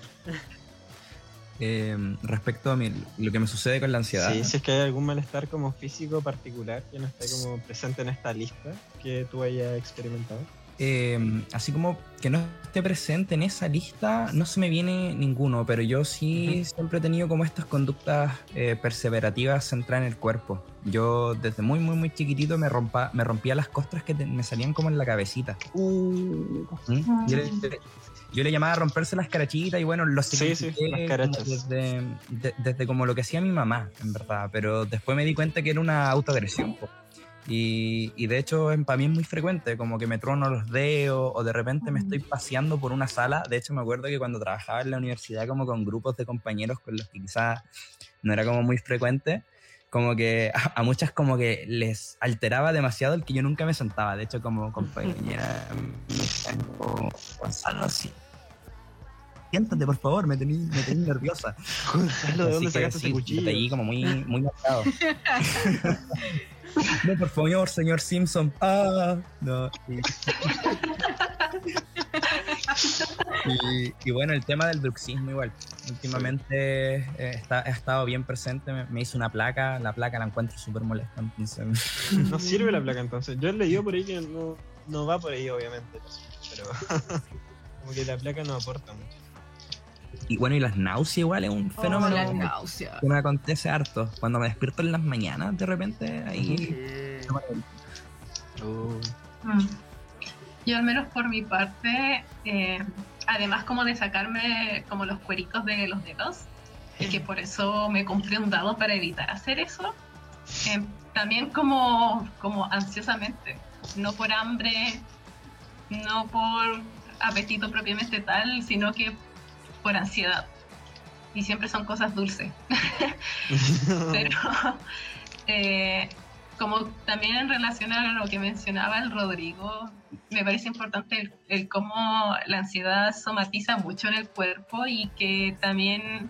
Eh, respecto a mi- lo que me sucede con la ansiedad. Sí, si es que hay algún malestar como físico particular que no esté como presente en esta lista que tú hayas experimentado. Eh, así como que no esté presente en esa lista, no se me viene ninguno, pero yo sí Ujú. siempre he tenido como estas conductas eh, perseverativas centradas en el cuerpo. Yo desde muy, muy, muy chiquitito me, rompa, me rompía las costras que te- me salían como en la cabecita. ¿Mm? Yo, le, yo le llamaba a romperse las carachitas y bueno, lo Sí, sí, signifiqué las como carachas. desde, de- desde como lo que hacía mi mamá, en verdad, pero después me di cuenta que era una autoagresión, po. Y, y de hecho para mí es muy frecuente, como que me trono los dedos o de repente me estoy paseando por una sala. De hecho me acuerdo que cuando trabajaba en la universidad como con grupos de compañeros con los que quizás no era como muy frecuente, como que a, a muchas como que les alteraba demasiado el que yo nunca me sentaba. De hecho como compañera me decían como, Gonzalo, así, siéntate por favor, me tenía me tení nerviosa. Gonzalo, ¿de dónde Así que sacaste sí, ese cuchillo? Ahí como muy, muy marcado. No, por favor, señor Simpson. Ah, no. Y, y, y bueno, el tema del bruxismo igual. Últimamente eh, está, ha estado bien presente. Me, me hice una placa. La placa la encuentro súper molesta. Entonces, No sirve la placa entonces. Yo he leído por ahí que no, no va por ahí, obviamente. Pero como que la placa no aporta mucho. y bueno, y las náuseas igual es un Oh, fenómeno la náusea. que me acontece harto. Cuando me despierto en las mañanas, de repente, ahí... Sí. Uh, Mm. Yo al menos por mi parte, eh, además como de sacarme como los cueritos de los dedos, y que por eso me compré un dado para evitar hacer eso. Eh, también como, como ansiosamente, no por hambre, no por apetito propiamente tal, sino que por ansiedad. Y siempre son cosas dulces. Pero eh, como también en relación a lo que mencionaba el Rodrigo, me parece importante el, el cómo la ansiedad somatiza mucho en el cuerpo, y que también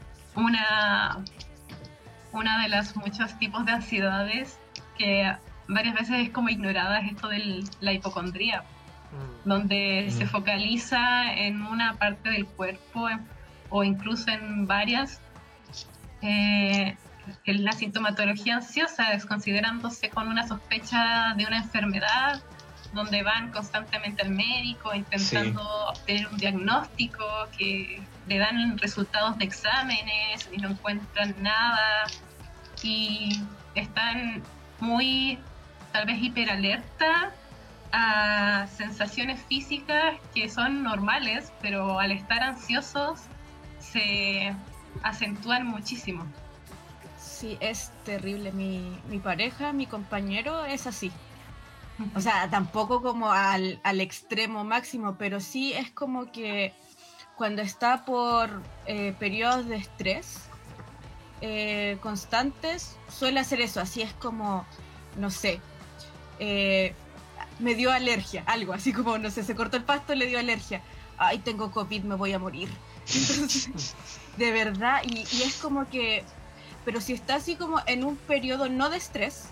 una, una de los muchos tipos de ansiedades que varias veces es como ignorada es esto de la hipocondría, mm. donde mm. se focaliza en una parte del cuerpo o incluso en varias, eh, en la sintomatología ansiosa, desconsiderándose con una sospecha de una enfermedad, donde van constantemente al médico intentando sí. obtener un diagnóstico, que le dan resultados de exámenes y no encuentran nada, y están muy, tal vez, hiperalerta a sensaciones físicas que son normales, pero al estar ansiosos se acentúan muchísimo. Sí, es terrible. Mi, mi pareja, mi compañero es así. O sea, tampoco como al, al extremo máximo, pero sí es como que cuando está por eh, periodos de estrés eh, constantes, suele hacer eso. Así es como, no sé, eh, me dio alergia, algo así como, no sé, se cortó el pasto, le dio alergia. Ay, tengo COVID, me voy a morir. Entonces, de verdad, y, y es como que, pero si está así como en un periodo no de estrés,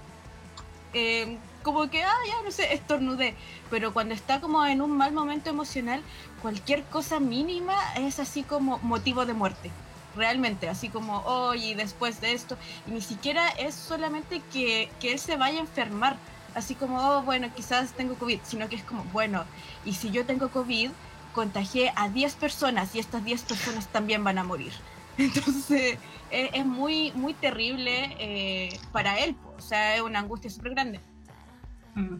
eh, como que, ah, ya no sé, estornudé, pero cuando está como en un mal momento emocional, cualquier cosa mínima es así como motivo de muerte, realmente, así como, oye, oh, después de esto, y ni siquiera es solamente que, que él se vaya a enfermar, así como, oh, bueno, quizás tengo COVID, sino que es como, bueno, y si yo tengo COVID, contagié a diez personas y estas diez personas también van a morir. Entonces es, es muy, muy terrible eh, para él, o sea, es una angustia súper grande. Mm.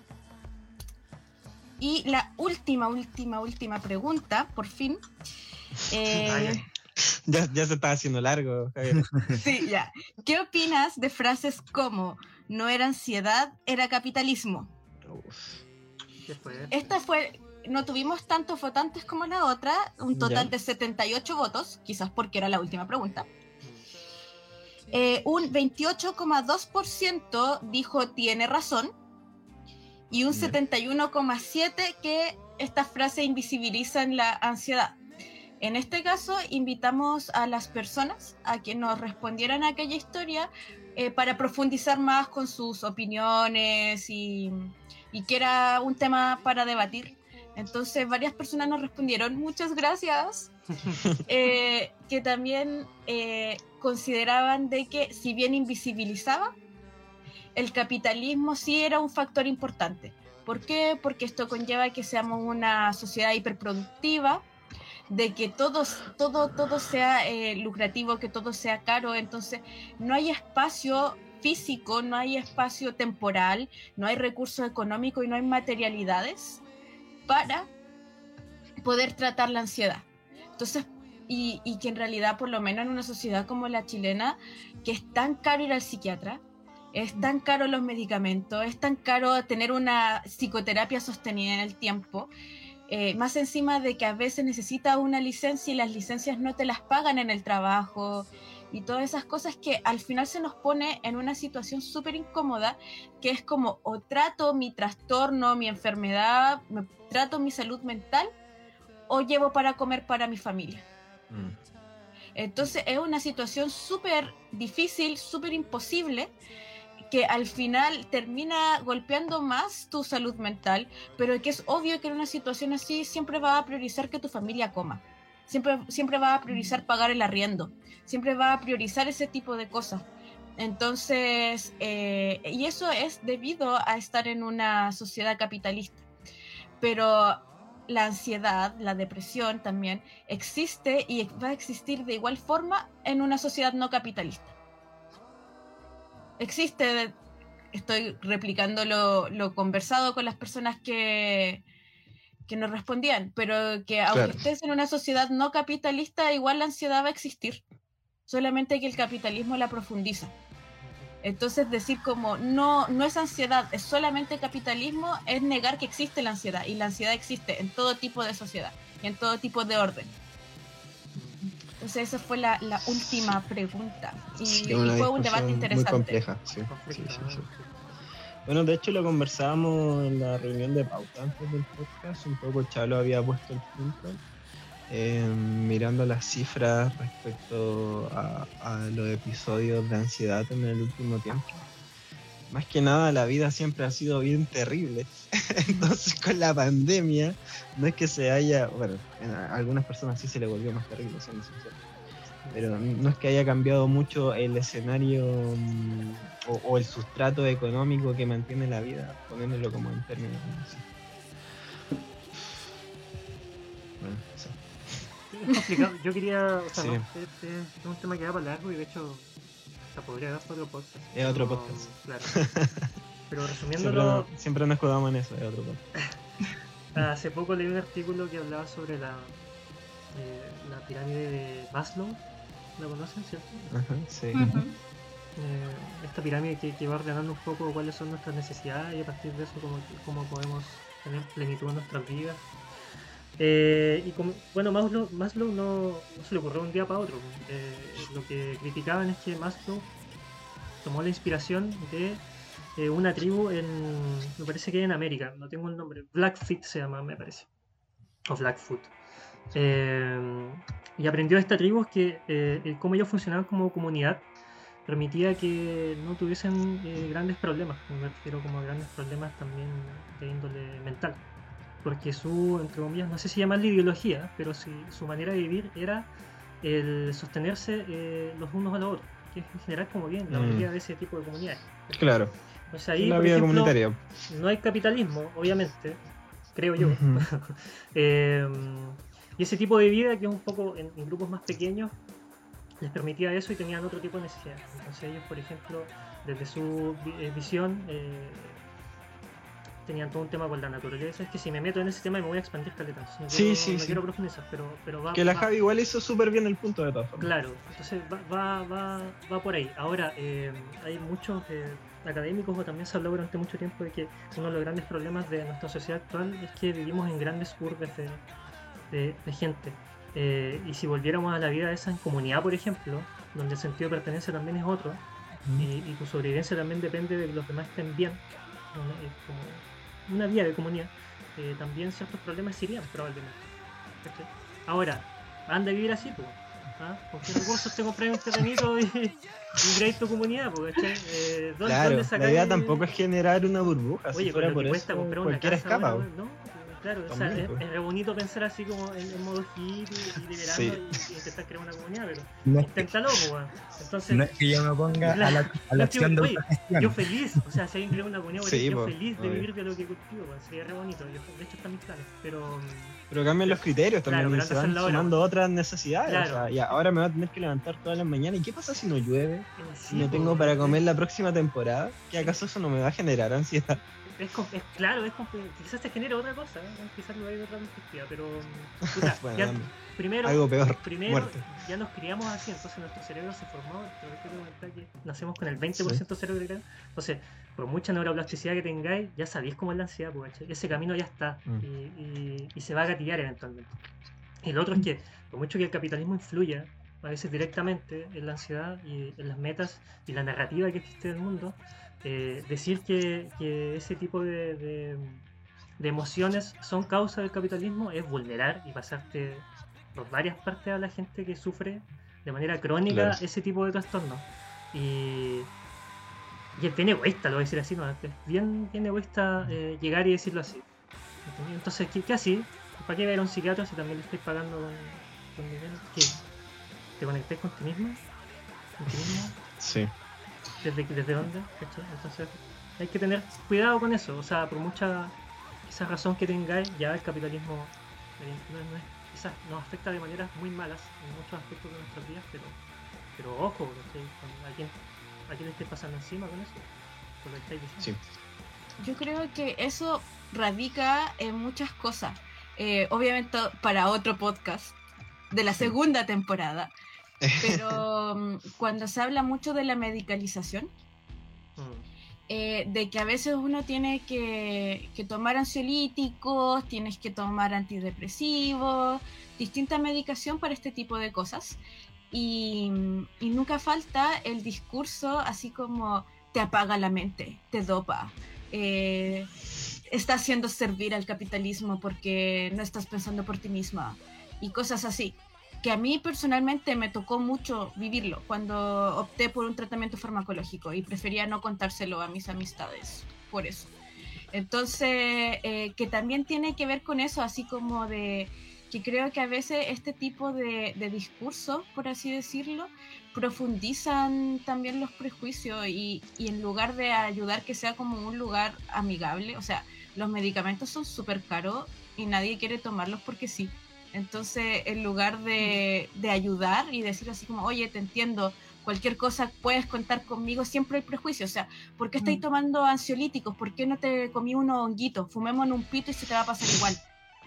Y la última, última, última pregunta, por fin. Eh, ya, ya se está haciendo largo, Javier. Sí, ya. ¿Qué opinas de frases como no era ansiedad, era capitalismo? Uf. ¿Qué fue? Esta fue... No tuvimos tantos votantes como la otra, un total ¿Ya? de setenta y ocho votos, quizás porque era la última pregunta. Eh, un veintiocho coma dos por ciento dijo tiene razón, y un setenta y uno coma siete por ciento que estas frases invisibilizan la ansiedad. En este caso, invitamos a las personas a que nos respondieran a aquella historia eh, para profundizar más con sus opiniones y, y que era un tema para debatir. Entonces varias personas nos respondieron, muchas gracias, eh, que también eh, consideraban de que si bien invisibilizaba, el capitalismo sí era un factor importante. ¿Por qué? Porque esto conlleva que seamos una sociedad hiperproductiva, de que todo, todo, todo sea eh, lucrativo, que todo sea caro, entonces no hay espacio físico, no hay espacio temporal, no hay recursos económicos y no hay materialidades para poder tratar la ansiedad. Entonces, y, y que en realidad, por lo menos en una sociedad como la chilena, que es tan caro ir al psiquiatra, es tan caro los medicamentos, es tan caro tener una psicoterapia sostenida en el tiempo, eh, más encima de que a veces necesitas una licencia y las licencias no te las pagan en el trabajo, y todas esas cosas que al final se nos pone en una situación súper incómoda, que es como o trato mi trastorno, mi enfermedad, me trato mi salud mental, o llevo para comer para mi familia. Mm. Entonces es una situación súper difícil, súper imposible, que al final termina golpeando más tu salud mental, pero que es obvio que en una situación así siempre va a priorizar que tu familia coma. Siempre, siempre va a priorizar pagar el arriendo, siempre va a priorizar ese tipo de cosas. Entonces, eh, y eso es debido a estar en una sociedad capitalista. Pero la ansiedad, la depresión también existe y va a existir de igual forma en una sociedad no capitalista. Existe, estoy replicando lo, lo conversado con las personas que, que nos respondían, pero que aunque Claro. estés en una sociedad no capitalista, igual la ansiedad va a existir, solamente que el capitalismo la profundiza. Entonces decir como no, no es ansiedad, es solamente capitalismo, es negar que existe la ansiedad, y la ansiedad existe en todo tipo de sociedad y en todo tipo de orden. Entonces esa fue la, la última pregunta y, Sí, y una fue un debate discusión interesante. Muy compleja, sí. Sí, sí, sí. Bueno, de hecho lo conversábamos en la reunión de pauta antes del podcast, un poco Chalo había puesto el punto, eh, mirando las cifras respecto a, a los episodios de ansiedad en el último tiempo. Más que nada la vida siempre ha sido bien terrible, entonces con la pandemia no es que se haya, bueno, a algunas personas sí se le volvió más terrible, siendo sincero, pero no es que haya cambiado mucho el escenario mm, o, o el sustrato económico que mantiene la vida, poniéndolo como en términos así. Bueno, sí. Es complicado. Yo quería, o sea, Sí. no, este es un tema que da para largo y de hecho, o sea, podría dar para otro podcast. Es otro pero, podcast. Claro. Pero Siempre, resumiéndolo, nos- siempre nos escudamos en eso, es otro podcast. hace poco leí un artículo que hablaba sobre la, eh, la pirámide de Maslow. ¿La conocen, cierto? Ajá, sí. Ujú. Eh, esta pirámide que, que va ordenando un poco cuáles son nuestras necesidades y a partir de eso cómo, cómo podemos tener plenitud en nuestras vidas. Eh, y como, bueno, Maslow, Maslow no, no se le ocurrió un día para otro. Eh, lo que criticaban es que Maslow tomó la inspiración de eh, una tribu en, me parece que en América, no tengo el nombre, Blackfeet se llama, me parece, o Blackfoot. Eh, y aprendió de esta tribu que eh, el cómo ellos funcionaban como comunidad permitía que no tuviesen eh, grandes problemas, me refiero como a grandes problemas también de índole mental, porque su, entre comillas, no sé si llamarle ideología, pero si, su manera de vivir era el sostenerse eh, los unos a los otros, que es en general como bien la Mm. mayoría de ese tipo de comunidades. Claro, Entonces ahí, la por vida ejemplo, comunitaria. no hay capitalismo, obviamente, creo yo. Ujú. Eh, y ese tipo de vida, que es un poco en, en grupos más pequeños, les permitía eso y tenían otro tipo de necesidades. Entonces ellos, por ejemplo, desde su vi- eh, visión, eh, tenían todo un tema con la naturaleza. Es que si me meto en ese tema me voy a expandir caleta. entonces No Sí, quiero, sí, no sí. quiero profundizar, pero, pero va, Que la va- Javi igual hizo súper bien el punto de todas formas. Claro, entonces va, va, va, va por ahí. Ahora, eh, hay muchos eh, académicos, o también se habló durante mucho tiempo de que uno de los grandes problemas de nuestra sociedad actual es que vivimos en grandes urbes de, de- de gente. Eh, y si volviéramos a la vida esa en comunidad, por ejemplo, donde el sentido de pertenencia también es otro, Ujú. y, y tu sobrevivencia también depende de que los demás estén bien, una, es como una vía de comunidad, eh, también ciertos problemas se irían probablemente. ¿Cachai? Ahora, anda a vivir así, pues. ¿Ah? ¿Con qué recursos te compras un terrenito y, y creáis tu comunidad? Pues, ¿cachai? Eh, ¿dónde, Claro, dónde la sacáis- idea tampoco es generar una burbuja. Oye, si fuera con lo por que cuesta eso, comprar una cualquiera casa, escapa. bueno, ¿no? Claro, o sea, También, es, pues. es re bonito pensar así como en, en modo hippie y liberando Sí. y, y intentar crear una comunidad, pero No es, que, inténtalo, pues, weón. Entonces, no es que yo me ponga a la, a la Claro. acción de Oye, autogestión. yo feliz, o sea, si alguien crea una comunidad, Sí, yo po, feliz de obvio. vivir de lo que cultivo, weón, sería re bonito. Yo, de hecho, están mis planes, pero. Pero cambian los criterios Claro, también pero y se antes van hacerlo ahora. sumando otras necesidades. Claro. O sea, y ahora me voy a tener que levantar todas las mañanas. ¿Y qué pasa si no llueve? eh, sí, Y no po, tengo para es- comer la próxima temporada. ¿Qué acaso eso no me va a generar ansiedad? Es, com- es claro, es com- quizás te genera otra cosa, ¿eh? Quizás lo hay de otra perspectiva, pero. puta, Bueno, ya- dame. primero, algo peor, primero muerte. ya nos criamos así, entonces nuestro cerebro se formó. Te voy a comentar que nacemos con el veinte por ciento cerebro cráneo. Entonces, por mucha neuroplasticidad que tengáis, ya sabéis cómo es la ansiedad, pues, ¿cachai? Ese camino ya está Mm. y, y- y se va a gatillar eventualmente. Y lo otro es que, por mucho que el capitalismo influya a veces directamente en la ansiedad y en las metas y la narrativa que existe del mundo, eh, decir que, que ese tipo de, de- de emociones son causa del capitalismo es vulnerar y pasarte por varias partes a la gente que sufre de manera crónica Claro. ese tipo de trastornos. Y, y es bien egoísta, lo voy a decir así, ¿no? Es bien, bien egoísta eh, llegar y decirlo así. ¿Entendí? Entonces, ¿qué, qué así? ¿Para qué ver a un psiquiatra si también le estáis pagando con, con dinero? ¿Qué? ¿Te conectáis con ti mismo? ¿Con ti mismo? Sí. ¿Desde, desde dónde? ¿Cachai? Entonces hay que tener cuidado con eso. O sea, por mucha esa razón que tengáis, ya el capitalismo eh, no, es- no es- quizás nos afecta de maneras muy malas en muchos aspectos de nuestras vidas, pero, pero ojo, ¿cachai? Con- ¿A quién, a quién le estáis pasando encima con eso? Con lo que estáis diciendo. Sí. Yo creo que eso radica en muchas cosas. eh, obviamente para otro podcast de la segunda temporada, pero um, cuando se habla mucho de la medicalización, eh, de que a veces uno tiene que, que tomar ansiolíticos, tienes que tomar antidepresivos, distinta medicación para este tipo de cosas, y, y nunca falta el discurso así como te apaga la mente, te dopa, eh, está haciendo servir al capitalismo porque no estás pensando por ti misma y cosas así, que a mí personalmente me tocó mucho vivirlo cuando opté por un tratamiento farmacológico y prefería no contárselo a mis amistades por eso. Entonces, eh, que también tiene que ver con eso, así como de que creo que a veces este tipo de, de discursos, por así decirlo, profundizan también los prejuicios y, y en lugar de ayudar que sea como un lugar amigable, o sea, los medicamentos son súper caros y nadie quiere tomarlos porque sí. Entonces, en lugar de, de ayudar y decir así como, oye, te entiendo, cualquier cosa puedes contar conmigo, siempre hay prejuicio. O sea, ¿por qué estáis tomando ansiolíticos? ¿Por qué no te comí unos honguitos? Fumemos en un pito y se te va a pasar igual.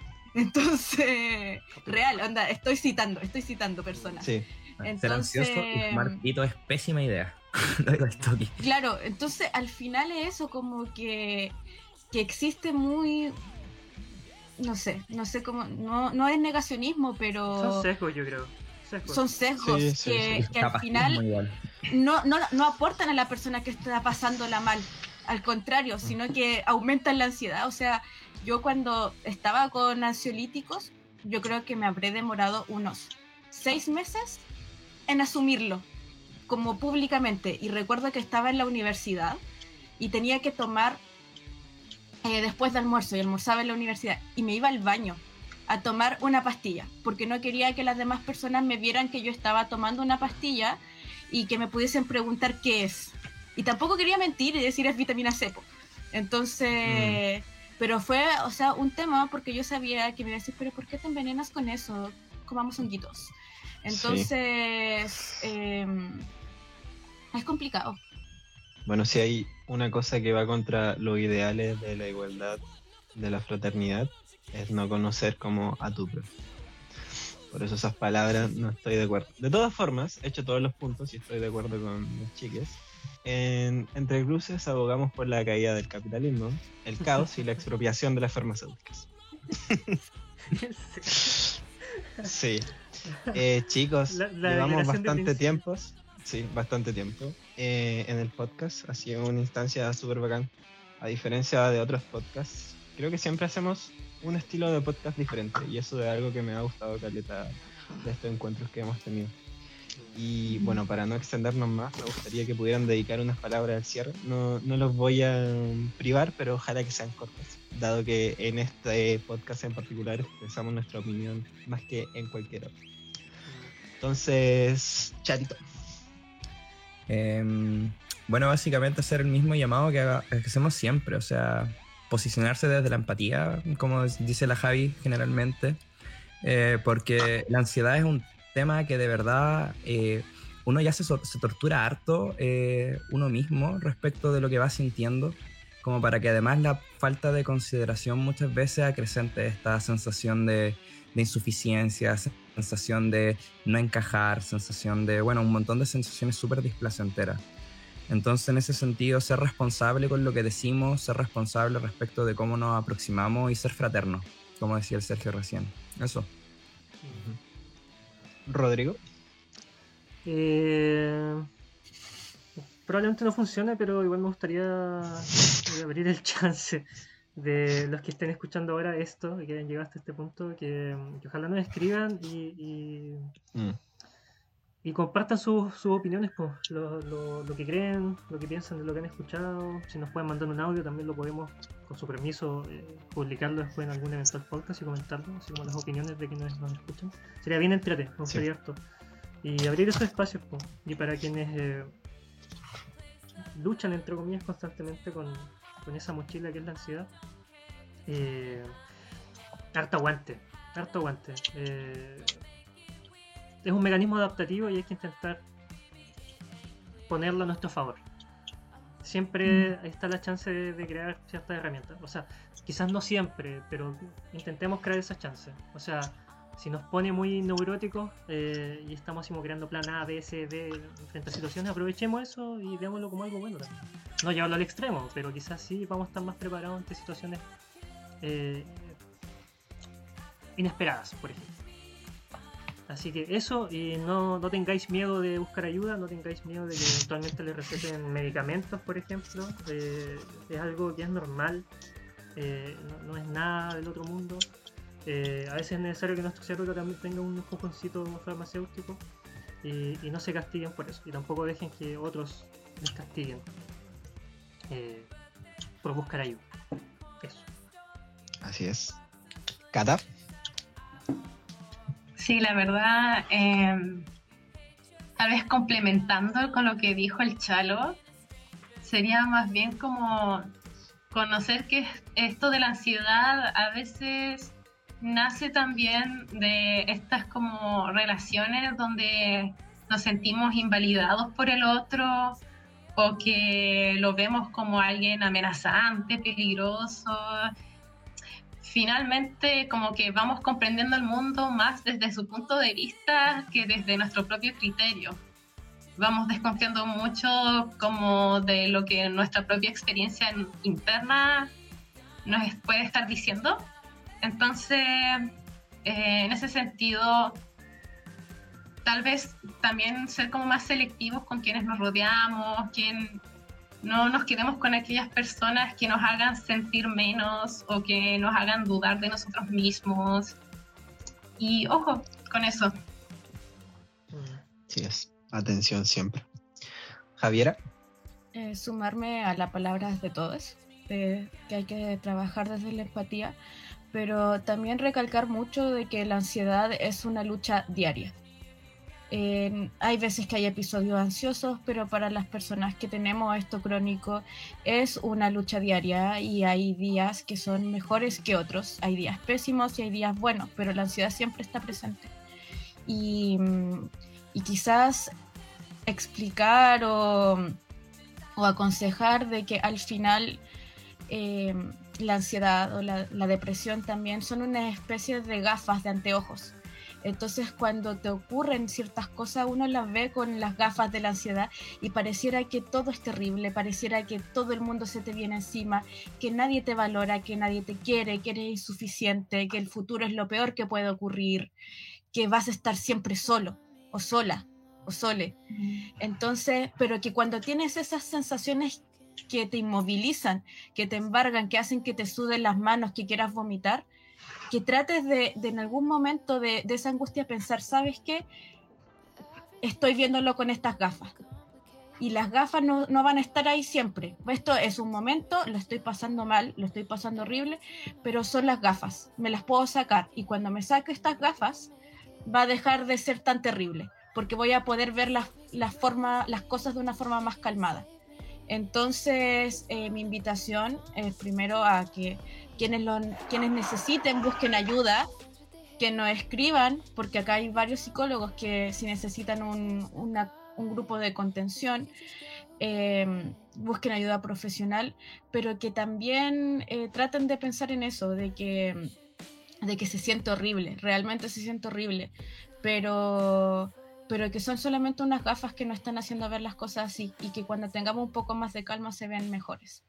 Entonces, real, onda, estoy citando, estoy citando personas. Sí. Entonces, ser ansioso y fumar pito es pésima idea. Lo digo esto aquí. Claro, entonces al final es eso, como que, que existe muy... No sé, no sé cómo, no, no es negacionismo, pero... Son sesgos, yo creo. Sesgos. Son sesgos Sí, sí, que, sí. que al final no, no, no aportan a la persona que está pasándola mal. Al contrario, sino que aumentan la ansiedad. O sea, yo cuando estaba con ansiolíticos, yo creo que me habré demorado unos seis meses en asumirlo, como públicamente. Y recuerdo que estaba en la universidad y tenía que tomar... Eh, después de almuerzo y almorzaba en la universidad y me iba al baño a tomar una pastilla porque no quería que las demás personas me vieran que yo estaba tomando una pastilla y que me pudiesen preguntar qué es, y tampoco quería mentir y decir es vitamina C, po. Entonces mm. pero fue, o sea, un tema porque yo sabía que me iba a decir, pero ¿por qué te envenenas con eso? Comamos honguitos. Entonces sí. eh, es complicado. Bueno, si hay una cosa que va contra los ideales de la igualdad, de la fraternidad, es no conocer como a tu propio. Por eso esas palabras no estoy de acuerdo. De todas formas, he hecho todos los puntos y estoy de acuerdo con los chiques. En Entre Cruces abogamos por la caída del capitalismo, el caos y la expropiación de las farmacéuticas. Sí. Eh, chicos, la, la llevamos bastante tiempo. Sí, bastante tiempo eh, en el podcast. Ha sido una instancia súper bacán. A diferencia de otros podcasts, creo que siempre hacemos un estilo de podcast diferente. Y eso es algo que me ha gustado caleta de estos encuentros que hemos tenido. Y bueno, para no extendernos más, me gustaría que pudieran dedicar unas palabras al cierre. No, no los voy a privar, pero ojalá que sean cortas, dado que en este podcast en particular expresamos nuestra opinión más que en cualquier otro. Entonces, Chatito. Eh, bueno, básicamente hacer el mismo llamado que, haga, que hacemos siempre, o sea, posicionarse desde la empatía, como dice la Javi generalmente, eh, porque la ansiedad es un tema que de verdad eh, uno ya se, se tortura harto eh, uno mismo respecto de lo que va sintiendo, como para que además la falta de consideración muchas veces acrecente esta sensación de, de insuficiencia, sensación de no encajar, sensación de, bueno, un montón de sensaciones súper displacenteras. Entonces, en ese sentido, ser responsable con lo que decimos, ser responsable respecto de cómo nos aproximamos y ser fraternos, como decía el Sergio recién. Eso. Rodrigo. Eh, probablemente no funcione, pero igual me gustaría abrir el chance de los que estén escuchando ahora esto y que hayan llegado hasta este punto, que, que ojalá nos escriban y, y, mm. y compartan sus, sus opiniones, pues, lo, lo, lo que creen, lo que piensan de lo que han escuchado. Si nos pueden mandar un audio, también lo podemos, con su permiso, eh, publicarlo después en algún eventual podcast y comentarlo, así como las opiniones de quienes nos escuchan. Sería bien entretenido, me gustaría harto. Y abrir esos espacios, pues, y para quienes eh, luchan, entre comillas, constantemente con con esa mochila que es la ansiedad, eh, harto aguante, harto aguante. Eh, es un mecanismo adaptativo y hay que intentar ponerlo a nuestro favor. siempre mm. está la chance de, de crear ciertas herramientas. O sea, quizás no siempre, pero intentemos crear esas chances. O sea, si nos pone muy neuróticos eh, y estamos así como creando plan A, B, C, D frente a situaciones, aprovechemos eso y veámoslo como algo bueno también. No llevarlo al extremo, pero quizás sí vamos a estar más preparados ante situaciones eh, inesperadas, por ejemplo. Así que eso, y no, no tengáis miedo de buscar ayuda, no tengáis miedo de que eventualmente les receten medicamentos, por ejemplo. Eh, es algo que es normal, eh, no, no es nada del otro mundo. Eh, a veces es necesario que nuestro cerebro también tenga un empujoncito farmacéutico y, y no se castiguen por eso, y tampoco dejen que otros les castiguen eh, por buscar ayuda. Eso. Así es. ¿Cata? Sí, la verdad, eh, tal vez complementando con lo que dijo el Chalo, sería más bien como conocer que esto de la ansiedad a veces nace también de estas como relaciones donde nos sentimos invalidados por el otro o que lo vemos como alguien amenazante, peligroso. Finalmente como que vamos comprendiendo el mundo más desde su punto de vista que desde nuestro propio criterio. Vamos desconfiando mucho como de lo que nuestra propia experiencia interna nos puede estar diciendo. Entonces, eh, en ese sentido, tal vez también ser como más selectivos con quienes nos rodeamos, quien no nos quedemos con aquellas personas que nos hagan sentir menos o que nos hagan dudar de nosotros mismos. Y ojo con eso. Sí es, atención siempre. Javiera. Eh, sumarme a las palabras de todos, de que hay que trabajar desde la empatía, pero también recalcar mucho de que la ansiedad es una lucha diaria. Eh, hay veces que hay episodios ansiosos, pero para las personas que tenemos esto crónico es una lucha diaria y hay días que son mejores que otros, hay días pésimos y hay días buenos, pero la ansiedad siempre está presente. Y, y quizás explicar o, o aconsejar de que al final eh, la ansiedad o la, la depresión también son una especie de gafas de anteojos. Entonces cuando te ocurren ciertas cosas uno las ve con las gafas de la ansiedad y pareciera que todo es terrible, pareciera que todo el mundo se te viene encima, que nadie te valora, que nadie te quiere, que eres insuficiente, que el futuro es lo peor que puede ocurrir, que vas a estar siempre solo o sola o sole. Entonces, pero que cuando tienes esas sensaciones que te inmovilizan, que te embargan, que hacen que te suden las manos, que quieras vomitar, que trates de, de en algún momento de, de esa angustia pensar, ¿sabes qué? Estoy viéndolo con estas gafas. Y las gafas no, no van a estar ahí siempre. Esto es un momento, lo estoy pasando mal, lo estoy pasando horrible, pero son las gafas. Me las puedo sacar. Y cuando me saque estas gafas, va a dejar de ser tan terrible, porque voy a poder ver las, las, forma, las cosas de una forma más calmada. Entonces, eh, mi invitación es primero a que quienes, lo, quienes necesiten busquen ayuda, que nos escriban, porque acá hay varios psicólogos que si necesitan un, una, un grupo de contención, eh, busquen ayuda profesional, pero que también eh, traten de pensar en eso, de que, de que se siente horrible, realmente se siente horrible, pero... pero que son solamente unas gafas que nos están haciendo ver las cosas así y que cuando tengamos un poco más de calma se ven mejores.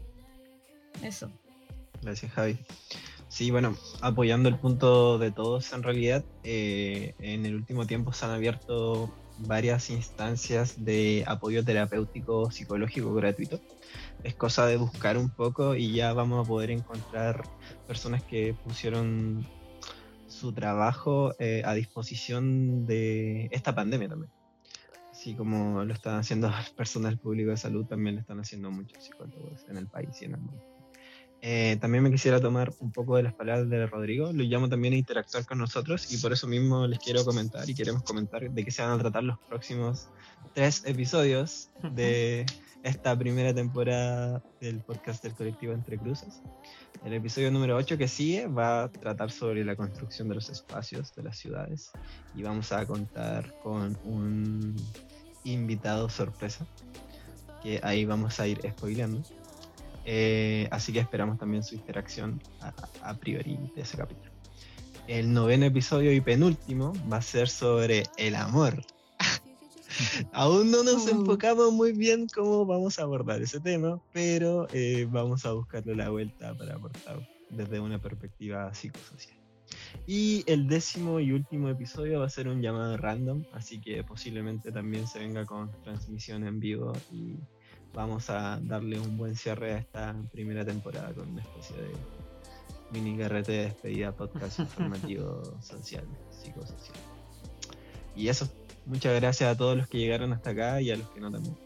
Eso. Gracias, Javi. Sí, bueno, apoyando el punto de todos, en realidad, eh, en el último tiempo se han abierto varias instancias de apoyo terapéutico psicológico gratuito. Es cosa de buscar un poco y ya vamos a poder encontrar personas que pusieron su trabajo eh, a disposición de esta pandemia también. Así como lo están haciendo las personas del público de salud, también lo están haciendo muchos psicólogos en el país y en el mundo. Eh, también me quisiera tomar un poco de las palabras de Rodrigo, lo llamo también a interactuar con nosotros y por eso mismo les quiero comentar y queremos comentar de qué se van a tratar los próximos tres episodios de esta primera temporada del podcast del colectivo Entre Cruces. El episodio número ocho que sigue va a tratar sobre la construcción de los espacios de las ciudades y vamos a contar con un invitado sorpresa que ahí vamos a ir spoileando. Eh, así que esperamos también su interacción a, a priori de ese capítulo. El noveno episodio y penúltimo va a ser sobre el amor. Aún no nos Uh. enfocamos muy bien cómo vamos a abordar ese tema, pero eh, vamos a buscarle la vuelta para abordar desde una perspectiva psicosocial. Y el décimo y último episodio va a ser un llamado random, así que posiblemente también se venga con transmisión en vivo y vamos a darle un buen cierre a esta primera temporada con una especie de mini carrete de despedida, podcast informativo social, psicosocial. Y eso, muchas gracias a todos los que llegaron hasta acá y a los que no también.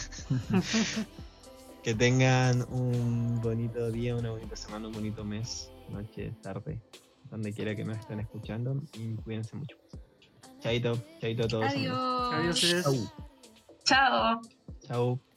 Que tengan un bonito día, una bonita semana, un bonito mes, noche, tarde, donde quiera que nos estén escuchando, y cuídense mucho. Chaito, chaito a todos. Adiós. Adiós. Chau. Chao. Chau.